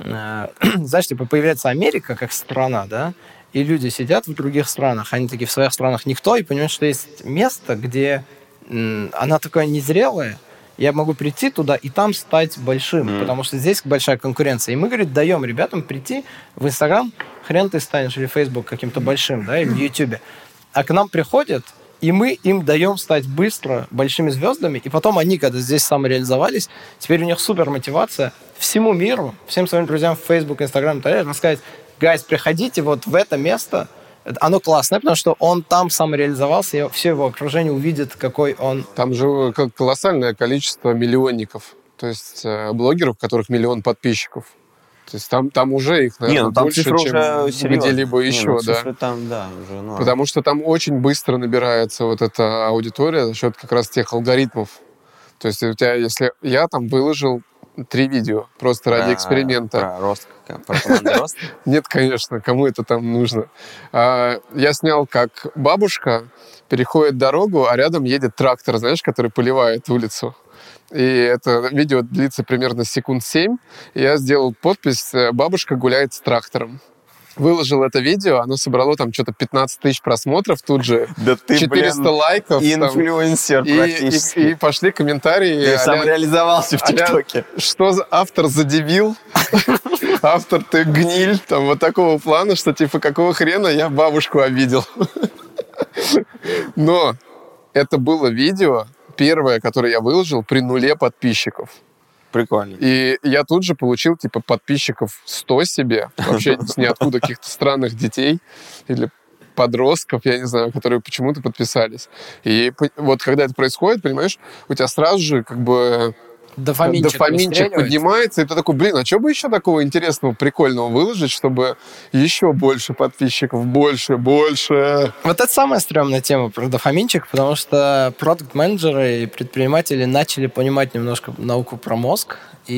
Знаешь, типа, появляется Америка как страна, да, и люди сидят в других странах, они такие в своих странах никто, и понимают, что есть место, где м, она такая незрелая, я могу прийти туда и там стать большим, mm. потому что здесь большая конкуренция. И мы, говорит, даем ребятам прийти в Инстаграм, хрен ты станешь, или Фейсбук каким-то большим, да, или в Ютубе. А к нам приходят, и мы им даем стать быстро большими звездами, и потом они, когда здесь самореализовались, теперь у них супер мотивация всему миру, всем своим друзьям в Facebook, Инстаграм и так далее, рассказать: гайз, приходите вот в это место, оно классное, потому что он там самореализовался, и все его окружение увидит, какой он... Там же колоссальное количество миллионников, то есть блогеров, у которых миллион подписчиков. То есть там, там уже их, наверное, не, ну, там больше, чем где-либо еще. Не, ну, да. Там, да, уже, ну, Потому что там очень быстро набирается вот эта аудитория за счет как раз тех алгоритмов. То есть у тебя, если я там выложил три видео просто про, ради эксперимента. Про рост, про команду рост? Нет, конечно, кому это там нужно. Я снял, как бабушка переходит дорогу, а рядом едет трактор, знаешь, который поливает улицу. И это видео длится примерно секунд семь. И я сделал подпись «Бабушка гуляет с трактором». Выложил это видео, оно собрало там что-то пятнадцать тысяч просмотров, тут же да ты, четыреста блин, лайков. Инфлюенсер там, практически. И, и, и пошли комментарии. Ты сам реализовался в ТикТоке. Что за автор задебил? Автор ты гниль. Там вот такого плана, что типа какого хрена я бабушку обидел. Но это было видео, первое, которое я выложил при нуле подписчиков. Прикольно. И я тут же получил, типа, подписчиков сто себе, вообще с ниоткуда каких-то странных детей или подростков, я не знаю, которые почему-то подписались. И вот когда это происходит, понимаешь, у тебя сразу же как бы дофаминчик, дофаминчик поднимается, и ты такой, блин, а что бы еще такого интересного, прикольного выложить, чтобы еще больше подписчиков, больше, больше. Вот это самая стрёмная тема про дофаминчик, потому что продакт-менеджеры и предприниматели начали понимать немножко науку про мозг,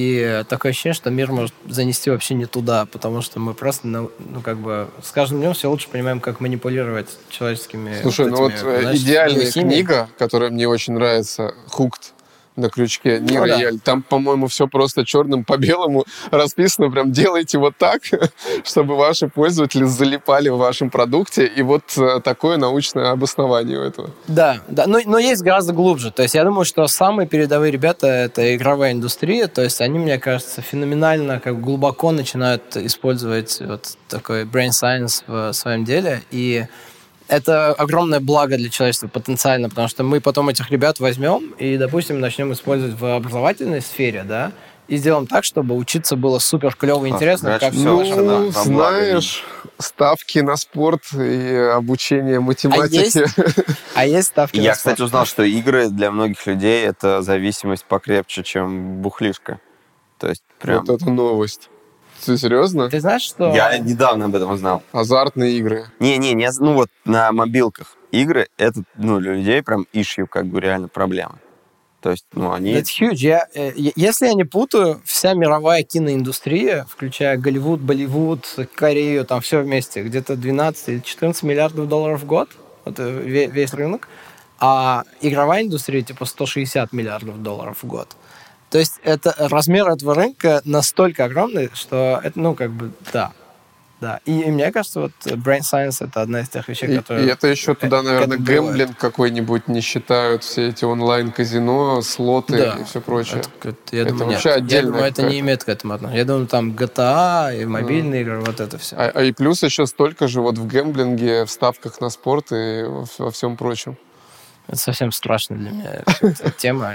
и такое ощущение, что мир может занести вообще не туда, потому что мы просто, ну, как бы, с каждым днем все лучше понимаем, как манипулировать человеческими... Слушай, вот ну вот знаешь, идеальная книга, которая мне очень нравится, «Hooked», на крючке. Не ну, рояль. Да. Там, по-моему, все просто черным по белому расписано. Прям делайте вот так, чтобы ваши пользователи залипали в вашем продукте. И вот такое научное обоснование у этого. Да, да. Но, но есть гораздо глубже. То есть я думаю, что самые передовые ребята — это игровая индустрия. То есть они, мне кажется, феноменально, как глубоко начинают использовать вот такой brain science в своем деле. И это огромное благо для человечества потенциально, потому что мы потом этих ребят возьмем и, допустим, начнем использовать в образовательной сфере, да, и сделаем так, чтобы учиться было супер клево и интересно. А, как ну, все ну, да, знаешь, ставки на спорт и обучение математике. А есть, а есть ставки Я, на спорт. кстати, узнал, что игры для многих людей — это зависимость покрепче, чем бухлишка. То есть прям... Вот это новость. Ты серьезно? Ты знаешь, что... Я недавно об этом узнал. Азартные игры. Не-не, не, ну вот на мобилках игры, это, ну, для людей прям issue, как бы реально проблема. То есть, ну, они... Это huge. Я, э, если я не путаю, вся мировая киноиндустрия, включая Голливуд, Болливуд, Корею, там все вместе, где-то двенадцать или четырнадцать миллиардов долларов в год, вот весь рынок, а игровая индустрия типа сто шестьдесят миллиардов долларов в год. То есть это размер этого рынка настолько огромный, что это, ну, как бы, да. Да. И, и мне кажется, вот brain science — это одна из тех вещей, и, которые... И это еще туда, наверное, гэмблинг какой-нибудь не считают, все эти онлайн-казино, слоты да. и все прочее. Это, я это думаю, вообще нет. отдельно. Я думаю, это не имеет к этому отношения. Я думаю, там джи ти эй и мобильные mm. игры, вот это все. А, а и плюс еще столько же вот в гэмблинге, в ставках на спорт и во, во всем прочем. Это совсем страшно для меня тема.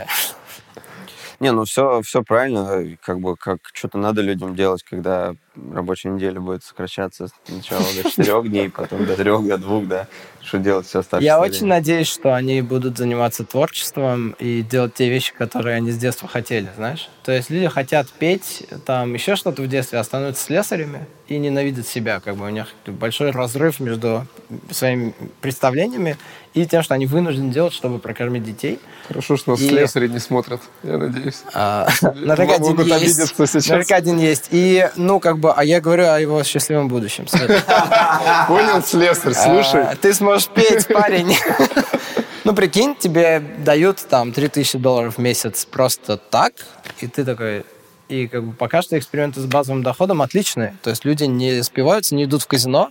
Не, ну все, все правильно, как бы как что-то надо людям делать, когда рабочая неделя будет сокращаться сначала до четырех дней, потом до трех, до двух, да, что делать все оставшееся Я время. очень надеюсь, что они будут заниматься творчеством и делать те вещи, которые они с детства хотели, знаешь. То есть люди хотят петь, там еще что-то в детстве, а становятся слесарями и ненавидят себя, как бы у них большой разрыв между своими представлениями и тем, что они вынуждены делать, чтобы прокормить детей. Хорошо, что нас и... слесари не смотрят, я надеюсь. Наверняка один есть. Наверняка один есть. И, ну, как бы, а я говорю о его счастливом будущем. Понял, слесарь, слушай. Ты сможешь петь, парень. Ну, прикинь, тебе дают там три тысячи долларов в месяц просто так, и ты такой... И как бы пока что эксперименты с базовым доходом отличные. То есть люди не спиваются, не идут в казино,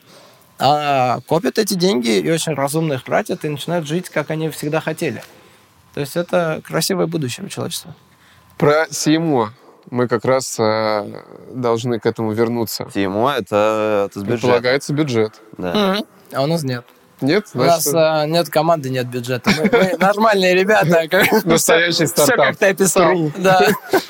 а копят эти деньги и очень разумно их тратят и начинают жить, как они всегда хотели. То есть это красивое будущее у человечества. Про си эм о мы как раз э, должны к этому вернуться. си эм о — это, это с бюджетом. Полагается бюджет. Да. Mm-hmm. А у нас нет. Нет? У нас а, нет команды, нет бюджета. Мы, мы нормальные ребята. Настоящий стартап. Все, как ты описал. Да.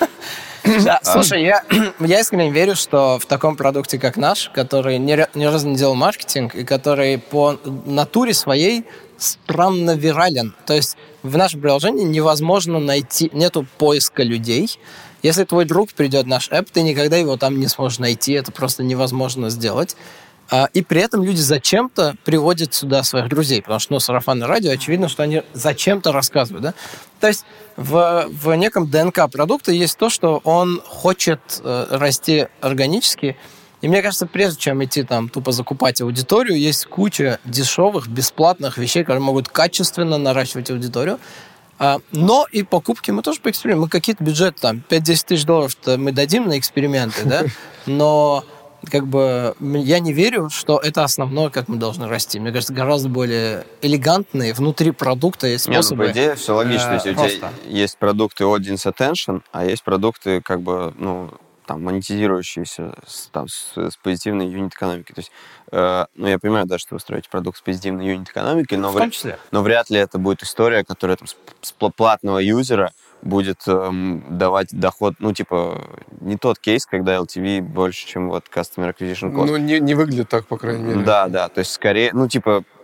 Да, слушай, я, я искренне верю, что в таком продукте, как наш, который ни, ни разу не делал маркетинг и который по натуре своей странно вирален. То есть в нашем приложении невозможно найти, нету поиска людей. Если твой друг придет в наш app, ты никогда его там не сможешь найти, это просто невозможно сделать. И при этом люди зачем-то приводят сюда своих друзей, потому что, ну, сарафанное радио, очевидно, что они зачем-то рассказывают, да? То есть в, в неком ДНК продукта есть то, что он хочет э, расти органически, и мне кажется, прежде чем идти там тупо закупать аудиторию, есть куча дешевых, бесплатных вещей, которые могут качественно наращивать аудиторию, а, но и покупки мы тоже поэкспериментируем. Мы какие-то бюджеты, там, пять-десять тысяч долларов-то мы дадим на эксперименты, да? Но... как бы я не верю, что это основное, как мы должны расти. Мне кажется, гораздо более элегантные внутри продукта есть способы. Не, ну, по идее, все логично. Если у тебя есть продукты audience attention, а есть продукты, как бы, ну, там, монетизирующиеся с, там, с, с позитивной юнит-экономикой. То есть, э, ну, я понимаю, да, что вы строите продукт с позитивной юнит-экономикой, но, в том числе. но вряд ли это будет история, которая там, с, с платного юзера будет эм, давать доход, ну, типа, не тот кейс, когда эл ти ви больше, чем вот Customer Acquisition Cost. Ну, не, не выглядит так, по крайней мере. Да, да, то есть скорее, ну, типа,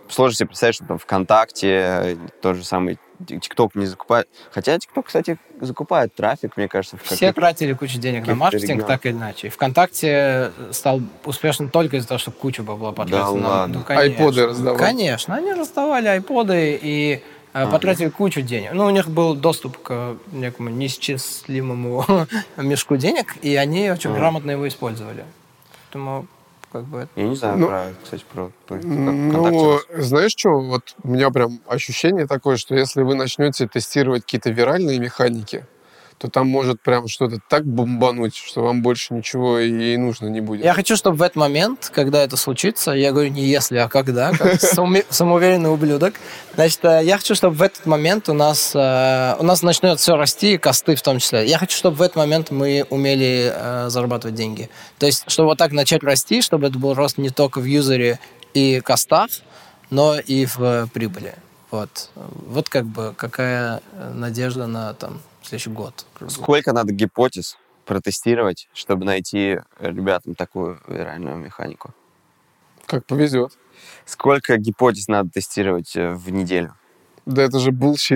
сложно себе представить, что там ВКонтакте тот же самый ТикТок не закупает. Хотя ТикТок, кстати, закупает трафик, мне кажется. В Все тратили кучу денег на маркетинг, регионах. Так или иначе. ВКонтакте стал успешным только из-за того, что кучу бабла потратил. Да ладно. Ну, айподы раздавали. Конечно, они раздавали айподы и а, потратили кучу денег. Ну, у них был доступ к некому неисчислимому мешку денег, и они очень а. грамотно его использовали. Поэтому... Как бы. Я не знаю, ну, про, кстати, про, про ну, знаешь что, вот у меня прям ощущение такое, что если вы начнете тестировать какие-то виральные механики, то там может прям что-то так бомбануть, что вам больше ничего и нужно не будет. Я хочу, чтобы в этот момент, когда это случится, я говорю не если, а когда, как самоуверенный ублюдок, значит, я хочу, чтобы в этот момент у нас, у нас начнет все расти, и косты в том числе. Я хочу, чтобы в этот момент мы умели зарабатывать деньги. То есть, чтобы вот так начать расти, чтобы это был рост не только в юзере и костах, но и в прибыли. Вот. Вот как бы какая надежда на там следующий год. Сколько надо гипотез протестировать, чтобы найти ребятам такую виральную механику? Как повезет. Сколько гипотез надо тестировать в неделю? Да это же bullshit.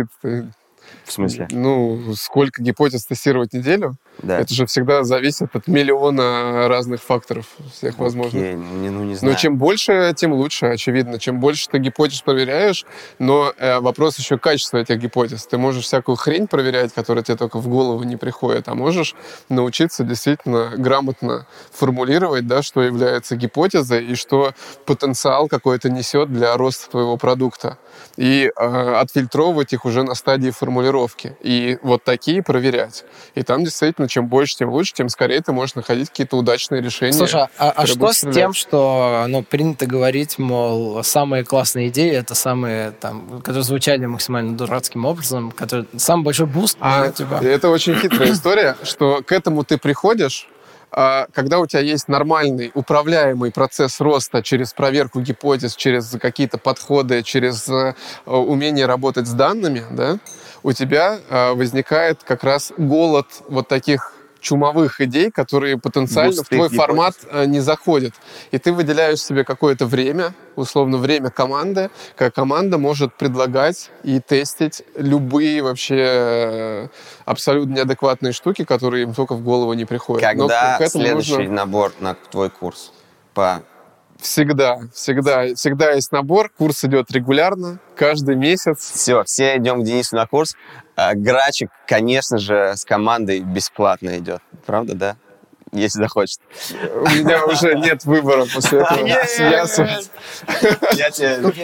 В смысле? Ну, сколько гипотез тестировать в неделю? Да. Это же всегда зависит от миллиона разных факторов, всех Окей, возможных. ну, ну, не знаю. Но чем больше, тем лучше, очевидно. Чем больше ты гипотез проверяешь, но э, вопрос еще качества этих гипотез. Ты можешь всякую хрень проверять, которая тебе только в голову не приходит, а можешь научиться действительно грамотно формулировать, да, что является гипотезой и что потенциал какой-то несет для роста твоего продукта. И э, отфильтровывать их уже на стадии формулировки. И вот такие проверять. И там действительно чем больше, тем лучше, тем скорее ты можешь находить какие-то удачные решения. Слушай, а, а что с тем, что ну, принято говорить, мол, самые классные идеи, это самые, там, которые звучали максимально дурацким образом, которые, самый большой буст. А, типа... Это очень хитрая история, что к этому ты приходишь, когда у тебя есть нормальный, управляемый процесс роста через проверку гипотез, через какие-то подходы, через умение работать с данными, да, у тебя возникает как раз голод вот таких чумовых идей, которые потенциально Густых в твой гипотез. формат не заходят. И ты выделяешь себе какое-то время, условно, время команды, как команда может предлагать и тестить любые вообще абсолютно неадекватные штуки, которые им только в голову не приходят. Когда следующий нужно... набор на твой курс? По... Всегда, всегда, всегда есть набор, курс идет регулярно, каждый месяц. Все, все идем к Денису на курс. Грачик, конечно же, с командой бесплатно идет. Правда, да? Если захочет. У меня уже нет выбора после этого. Я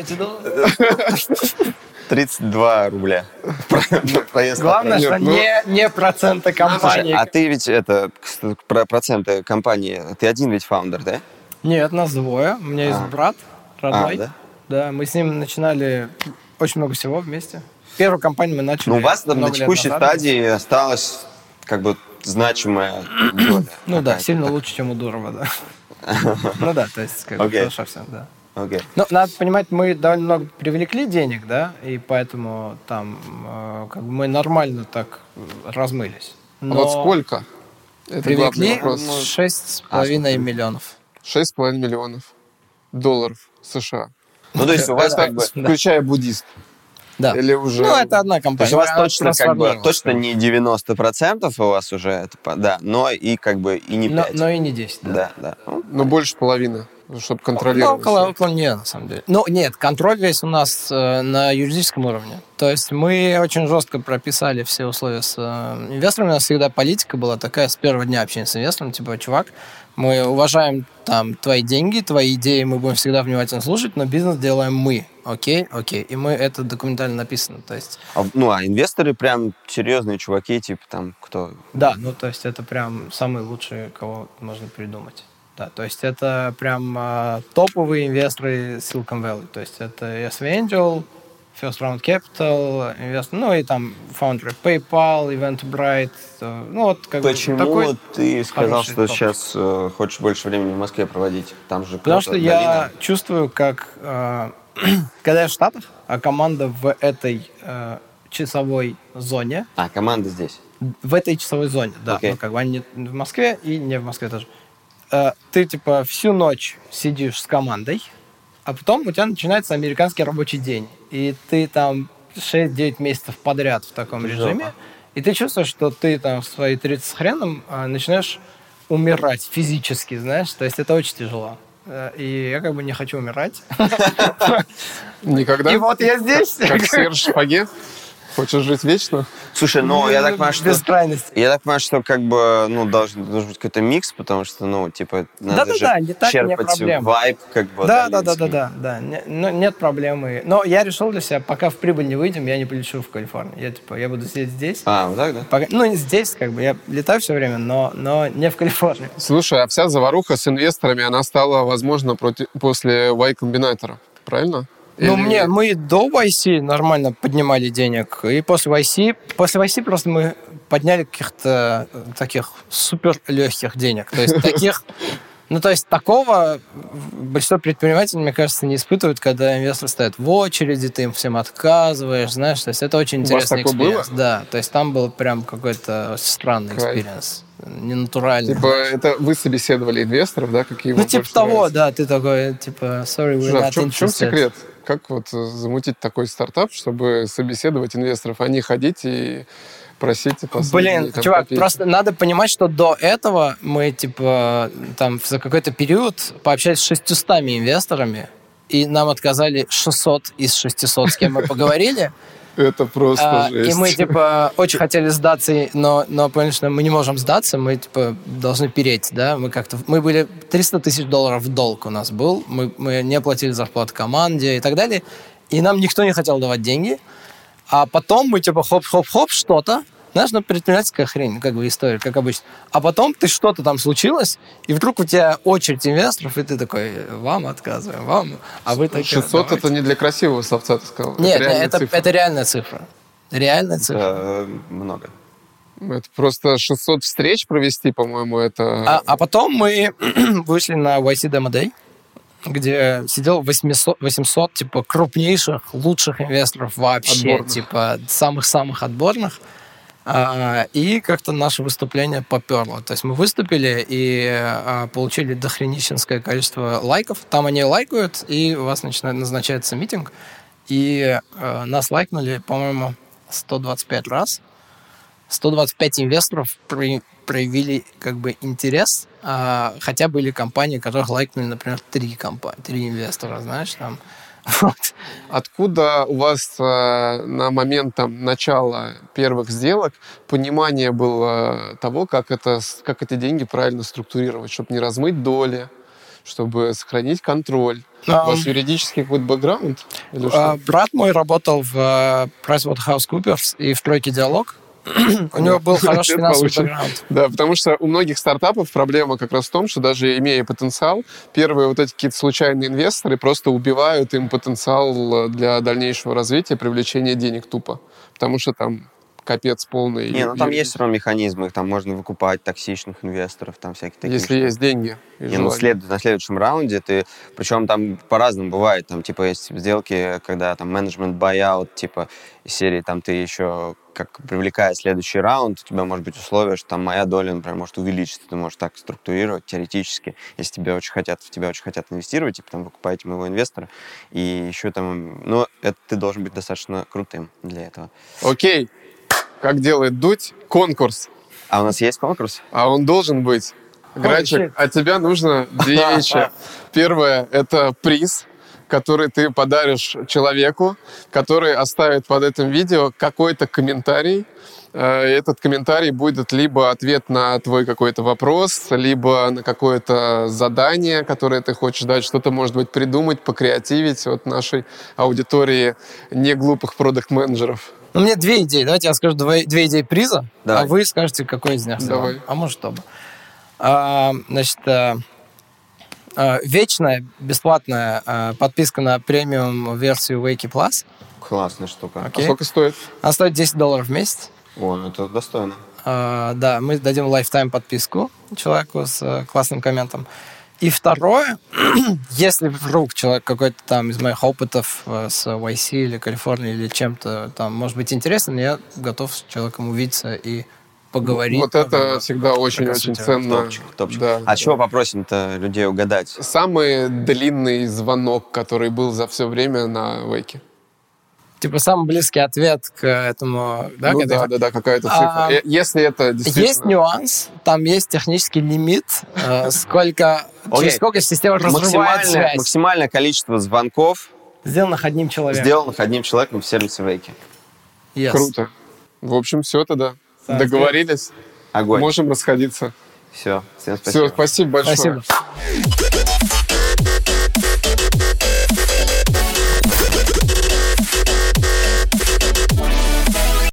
тебе... тридцать два рубля. Главное, что не проценты компании. А ты ведь это, про проценты компании, ты один ведь фаундер, да? Нет, нас двое. У меня есть а. брат родной. А, да? Да, мы с ним начинали очень много всего вместе. Первую компанию мы начали. Ну, у вас там на текущей стадии осталась как бы значимая доля. Ну да, сильно лучше, чем у Дурова, да. Ну да, то есть как бы хорошо все, да. Okay. Ну, надо понимать, мы довольно много привлекли денег, да, и поэтому там как бы мы нормально так размылись. Но а вот сколько? Это привлекли шесть с половиной миллионов. Шесть с половиной миллионов долларов США. Ну, то есть у вас как бы... Включая буддист. Да. Или уже... Ну, это одна компания. То есть у вас точно, как бы, точно не девяносто процентов у вас уже, это, да, но и как бы и не пять. Но, но и не десять, да. Да, да. Но больше половины, чтобы контролировать. Ну, около, около нет, на самом деле. Ну, нет, контроль весь у нас э, на юридическом уровне. То есть мы очень жестко прописали все условия с э, инвесторами. У нас всегда политика была такая с первого дня общения с инвестором. Типа, чувак, мы уважаем там твои деньги, твои идеи, мы будем всегда внимательно слушать, но бизнес делаем мы. Окей, окей. И мы это документально написано. То есть... а, ну, а инвесторы прям серьезные чуваки, типа там кто? Да, ну то есть это прям самые лучшие, кого можно придумать. Да, то есть это прям э, топовые инвесторы Silicon Valley. То есть это эс ви Angel, First Round Capital, инвестор, ну и там фаундеры PayPal, Eventbrite. Э, ну вот как Почему бы такой ты сказал, что топ. сейчас э, хочешь больше времени в Москве проводить? Там же Потому что долина. я чувствую, как э, когда я в Штатах, а команда в этой э, часовой зоне. А, команда здесь? В этой часовой зоне, да. Okay. Ну, как бы они не в Москве и не в Москве тоже. Ты, типа, всю ночь сидишь с командой, а потом у тебя начинается американский рабочий день, и ты там шесть-девять месяцев подряд в таком Жопа. режиме, и ты чувствуешь, что ты там в свои тридцать с хреном а, начинаешь умирать физически, знаешь, то есть это очень тяжело. И я как бы не хочу умирать. Никогда? И вот я здесь. Как Серж Шпаге? Хочешь жить вечно? Слушай, ну, я так понимаю, что... Бескрайность. Я так понимаю, что как бы, ну, должен, должен быть какой-то микс, потому что, ну, типа, надо Да-да-да, же не так, не черпать проблема. вайб, как бы. Да, да, да, да, да, да. Не- ну, нет проблемы. Но я решил для себя, пока в прибыль не выйдем, я не полечу в Калифорнию. Я типа, я буду сидеть здесь. А, вот так, да? Пока- ну, не здесь, как бы, я летаю все время, но, но не в Калифорнии. Слушай, а вся заваруха с инвесторами, она стала возможна проти- после Y-комбинатора, правильно? Ну, Или- мне, мы до вай си нормально поднимали денег, и после вай си, после вай си просто мы подняли каких-то таких супер легких денег. То есть таких, ну, то есть такого большинство предпринимателей, мне кажется, не испытывают, когда инвесторы стоят в очереди, ты им всем отказываешь, знаешь, то есть это очень У вас интересный такое экспириенс. было? Да, то есть там был прям какой-то странный Кайф. экспириенс, ненатуральный. Типа, это вы собеседовали инвесторов, да, какие Ну, вам типа больше того, нравятся? да, ты такой, типа, sorry, we're Слушай, а not в чем, в чем interested. секрет? Как вот э, замутить такой стартап, чтобы собеседовать инвесторов, а не ходить и просить последние Блин, там, чувак, копейки? просто надо понимать, что до этого мы, типа, там, за какой-то период пообщались с шестьюстами инвесторами, и нам отказали шестьсот из шестисот, с кем мы поговорили. Это просто А, жесть. И мы, типа, очень хотели сдаться, и- но, но поняли, что мы не можем сдаться, мы, типа, должны переть, да, мы как-то... Мы были... триста тысяч долларов в долг у нас был, мы, мы не платили зарплату команде и так далее, и нам никто не хотел давать деньги, а потом мы, типа, хоп-хоп-хоп, что-то, знаешь, ну, предпринимательская хрень, как бы история, как обычно. А потом ты что-то там случилось, и вдруг у тебя очередь инвесторов, и ты такой, вам отказываем, вам, а вы такие... шестьсот «Давайте». это не для красивого словца, ты сказал. Нет, это реальная это, цифра. это реальная цифра. Реальная цифра. Это много. Это просто шестьсот встреч провести, по-моему, это... А, а потом мы вышли на вай си Demo Day, где сидел восемьсот, восемьсот типа, крупнейших, лучших инвесторов вообще, Отборных. типа, самых-самых отборных. А, и как-то наше выступление поперло. То есть мы выступили и а, получили дохренищенское количество лайков. Там они лайкают, и у вас начинает, назначается митинг. И а, нас лайкнули, по-моему, сто двадцать пять раз. сто двадцать пять инвесторов при- проявили как бы интерес, а, хотя были компании, которых лайкнули, например, три компании, три инвестора, знаешь, там. Вот. Откуда у вас э, на момент там, начала первых сделок понимание было того, как, это, с- как эти деньги правильно структурировать, чтобы не размыть доли, чтобы сохранить контроль? У Ам. вас юридический какой-то бэкграунд? Или А, что? брат мой работал в э, PricewaterhouseCoopers и в тройке «Диалог». У него был хороший Ответ финансовый получен. бэкграунд. Да, потому что у многих стартапов проблема как раз в том, что даже имея потенциал, первые вот эти какие-то случайные инвесторы просто убивают им потенциал для дальнейшего развития, привлечения денег тупо. Потому что там капец полный. Не, ну там юридический. есть все равно механизмы, там можно выкупать токсичных инвесторов, там всякие такие Если штуки. есть деньги и Не, ну, желание. след- на следующем раунде ты... Причем там по-разному бывает. Там, типа, есть сделки, когда там менеджмент buyout, типа, из серии, там ты еще, как привлекая следующий раунд, у тебя может быть условие, что там моя доля, например, может увеличиться. Ты можешь так структурировать теоретически, если тебя очень хотят, в тебя очень хотят инвестировать, типа, там, вы покупаете моего инвестора. И еще там... Ну, это ты должен быть достаточно крутым для этого. Окей. Как делает Дудь? Конкурс. А у нас есть конкурс? А он должен быть. Грачик, shit. от тебя нужно две вещи. Первое — это приз, который ты подаришь человеку, который оставит под этим видео какой-то комментарий. Э, Этот комментарий будет либо ответ на твой какой-то вопрос, либо на какое-то задание, которое ты хочешь дать, что-то, может быть, придумать, покреативить от нашей аудитории неглупых продакт-менеджеров. Ну, мне две идеи. Давайте я скажу две, две идеи приза, Давай. а вы скажете, какой из них. Давай. А может, оба. А, значит, а, а, вечная бесплатная а, подписка на премиум-версию Wakey Plus. Классная штука. А Окей. сколько стоит? Она стоит десять долларов в месяц. О, ну это достойно. А, да, мы дадим лайфтайм подписку человеку с э, классным комментом. И второе, если вдруг человек какой-то там из моих опытов э, с вай си или Калифорнией или чем-то там может быть интересен, я готов с человеком увидеться и поговорить. Вот это всегда очень-очень ценно. Топчик, топчик. Да. А чего попросим-то людей угадать? Самый длинный звонок, который был за все время на Вейке. Типа самый близкий ответ к этому... Да, ну к этой... да, да, да, какая-то цифра. А, Если это действительно... Есть нюанс, там есть технический лимит, э, сколько, через сколько система разрывает связь. Максимальное количество звонков сделанных одним человеком. Сделанных одним человеком в сервисе Вейки. Yes. Круто. В общем, все тогда. Да, Договорились. Огонь. Можем расходиться. Все. Всем спасибо. Все, спасибо большое. Спасибо.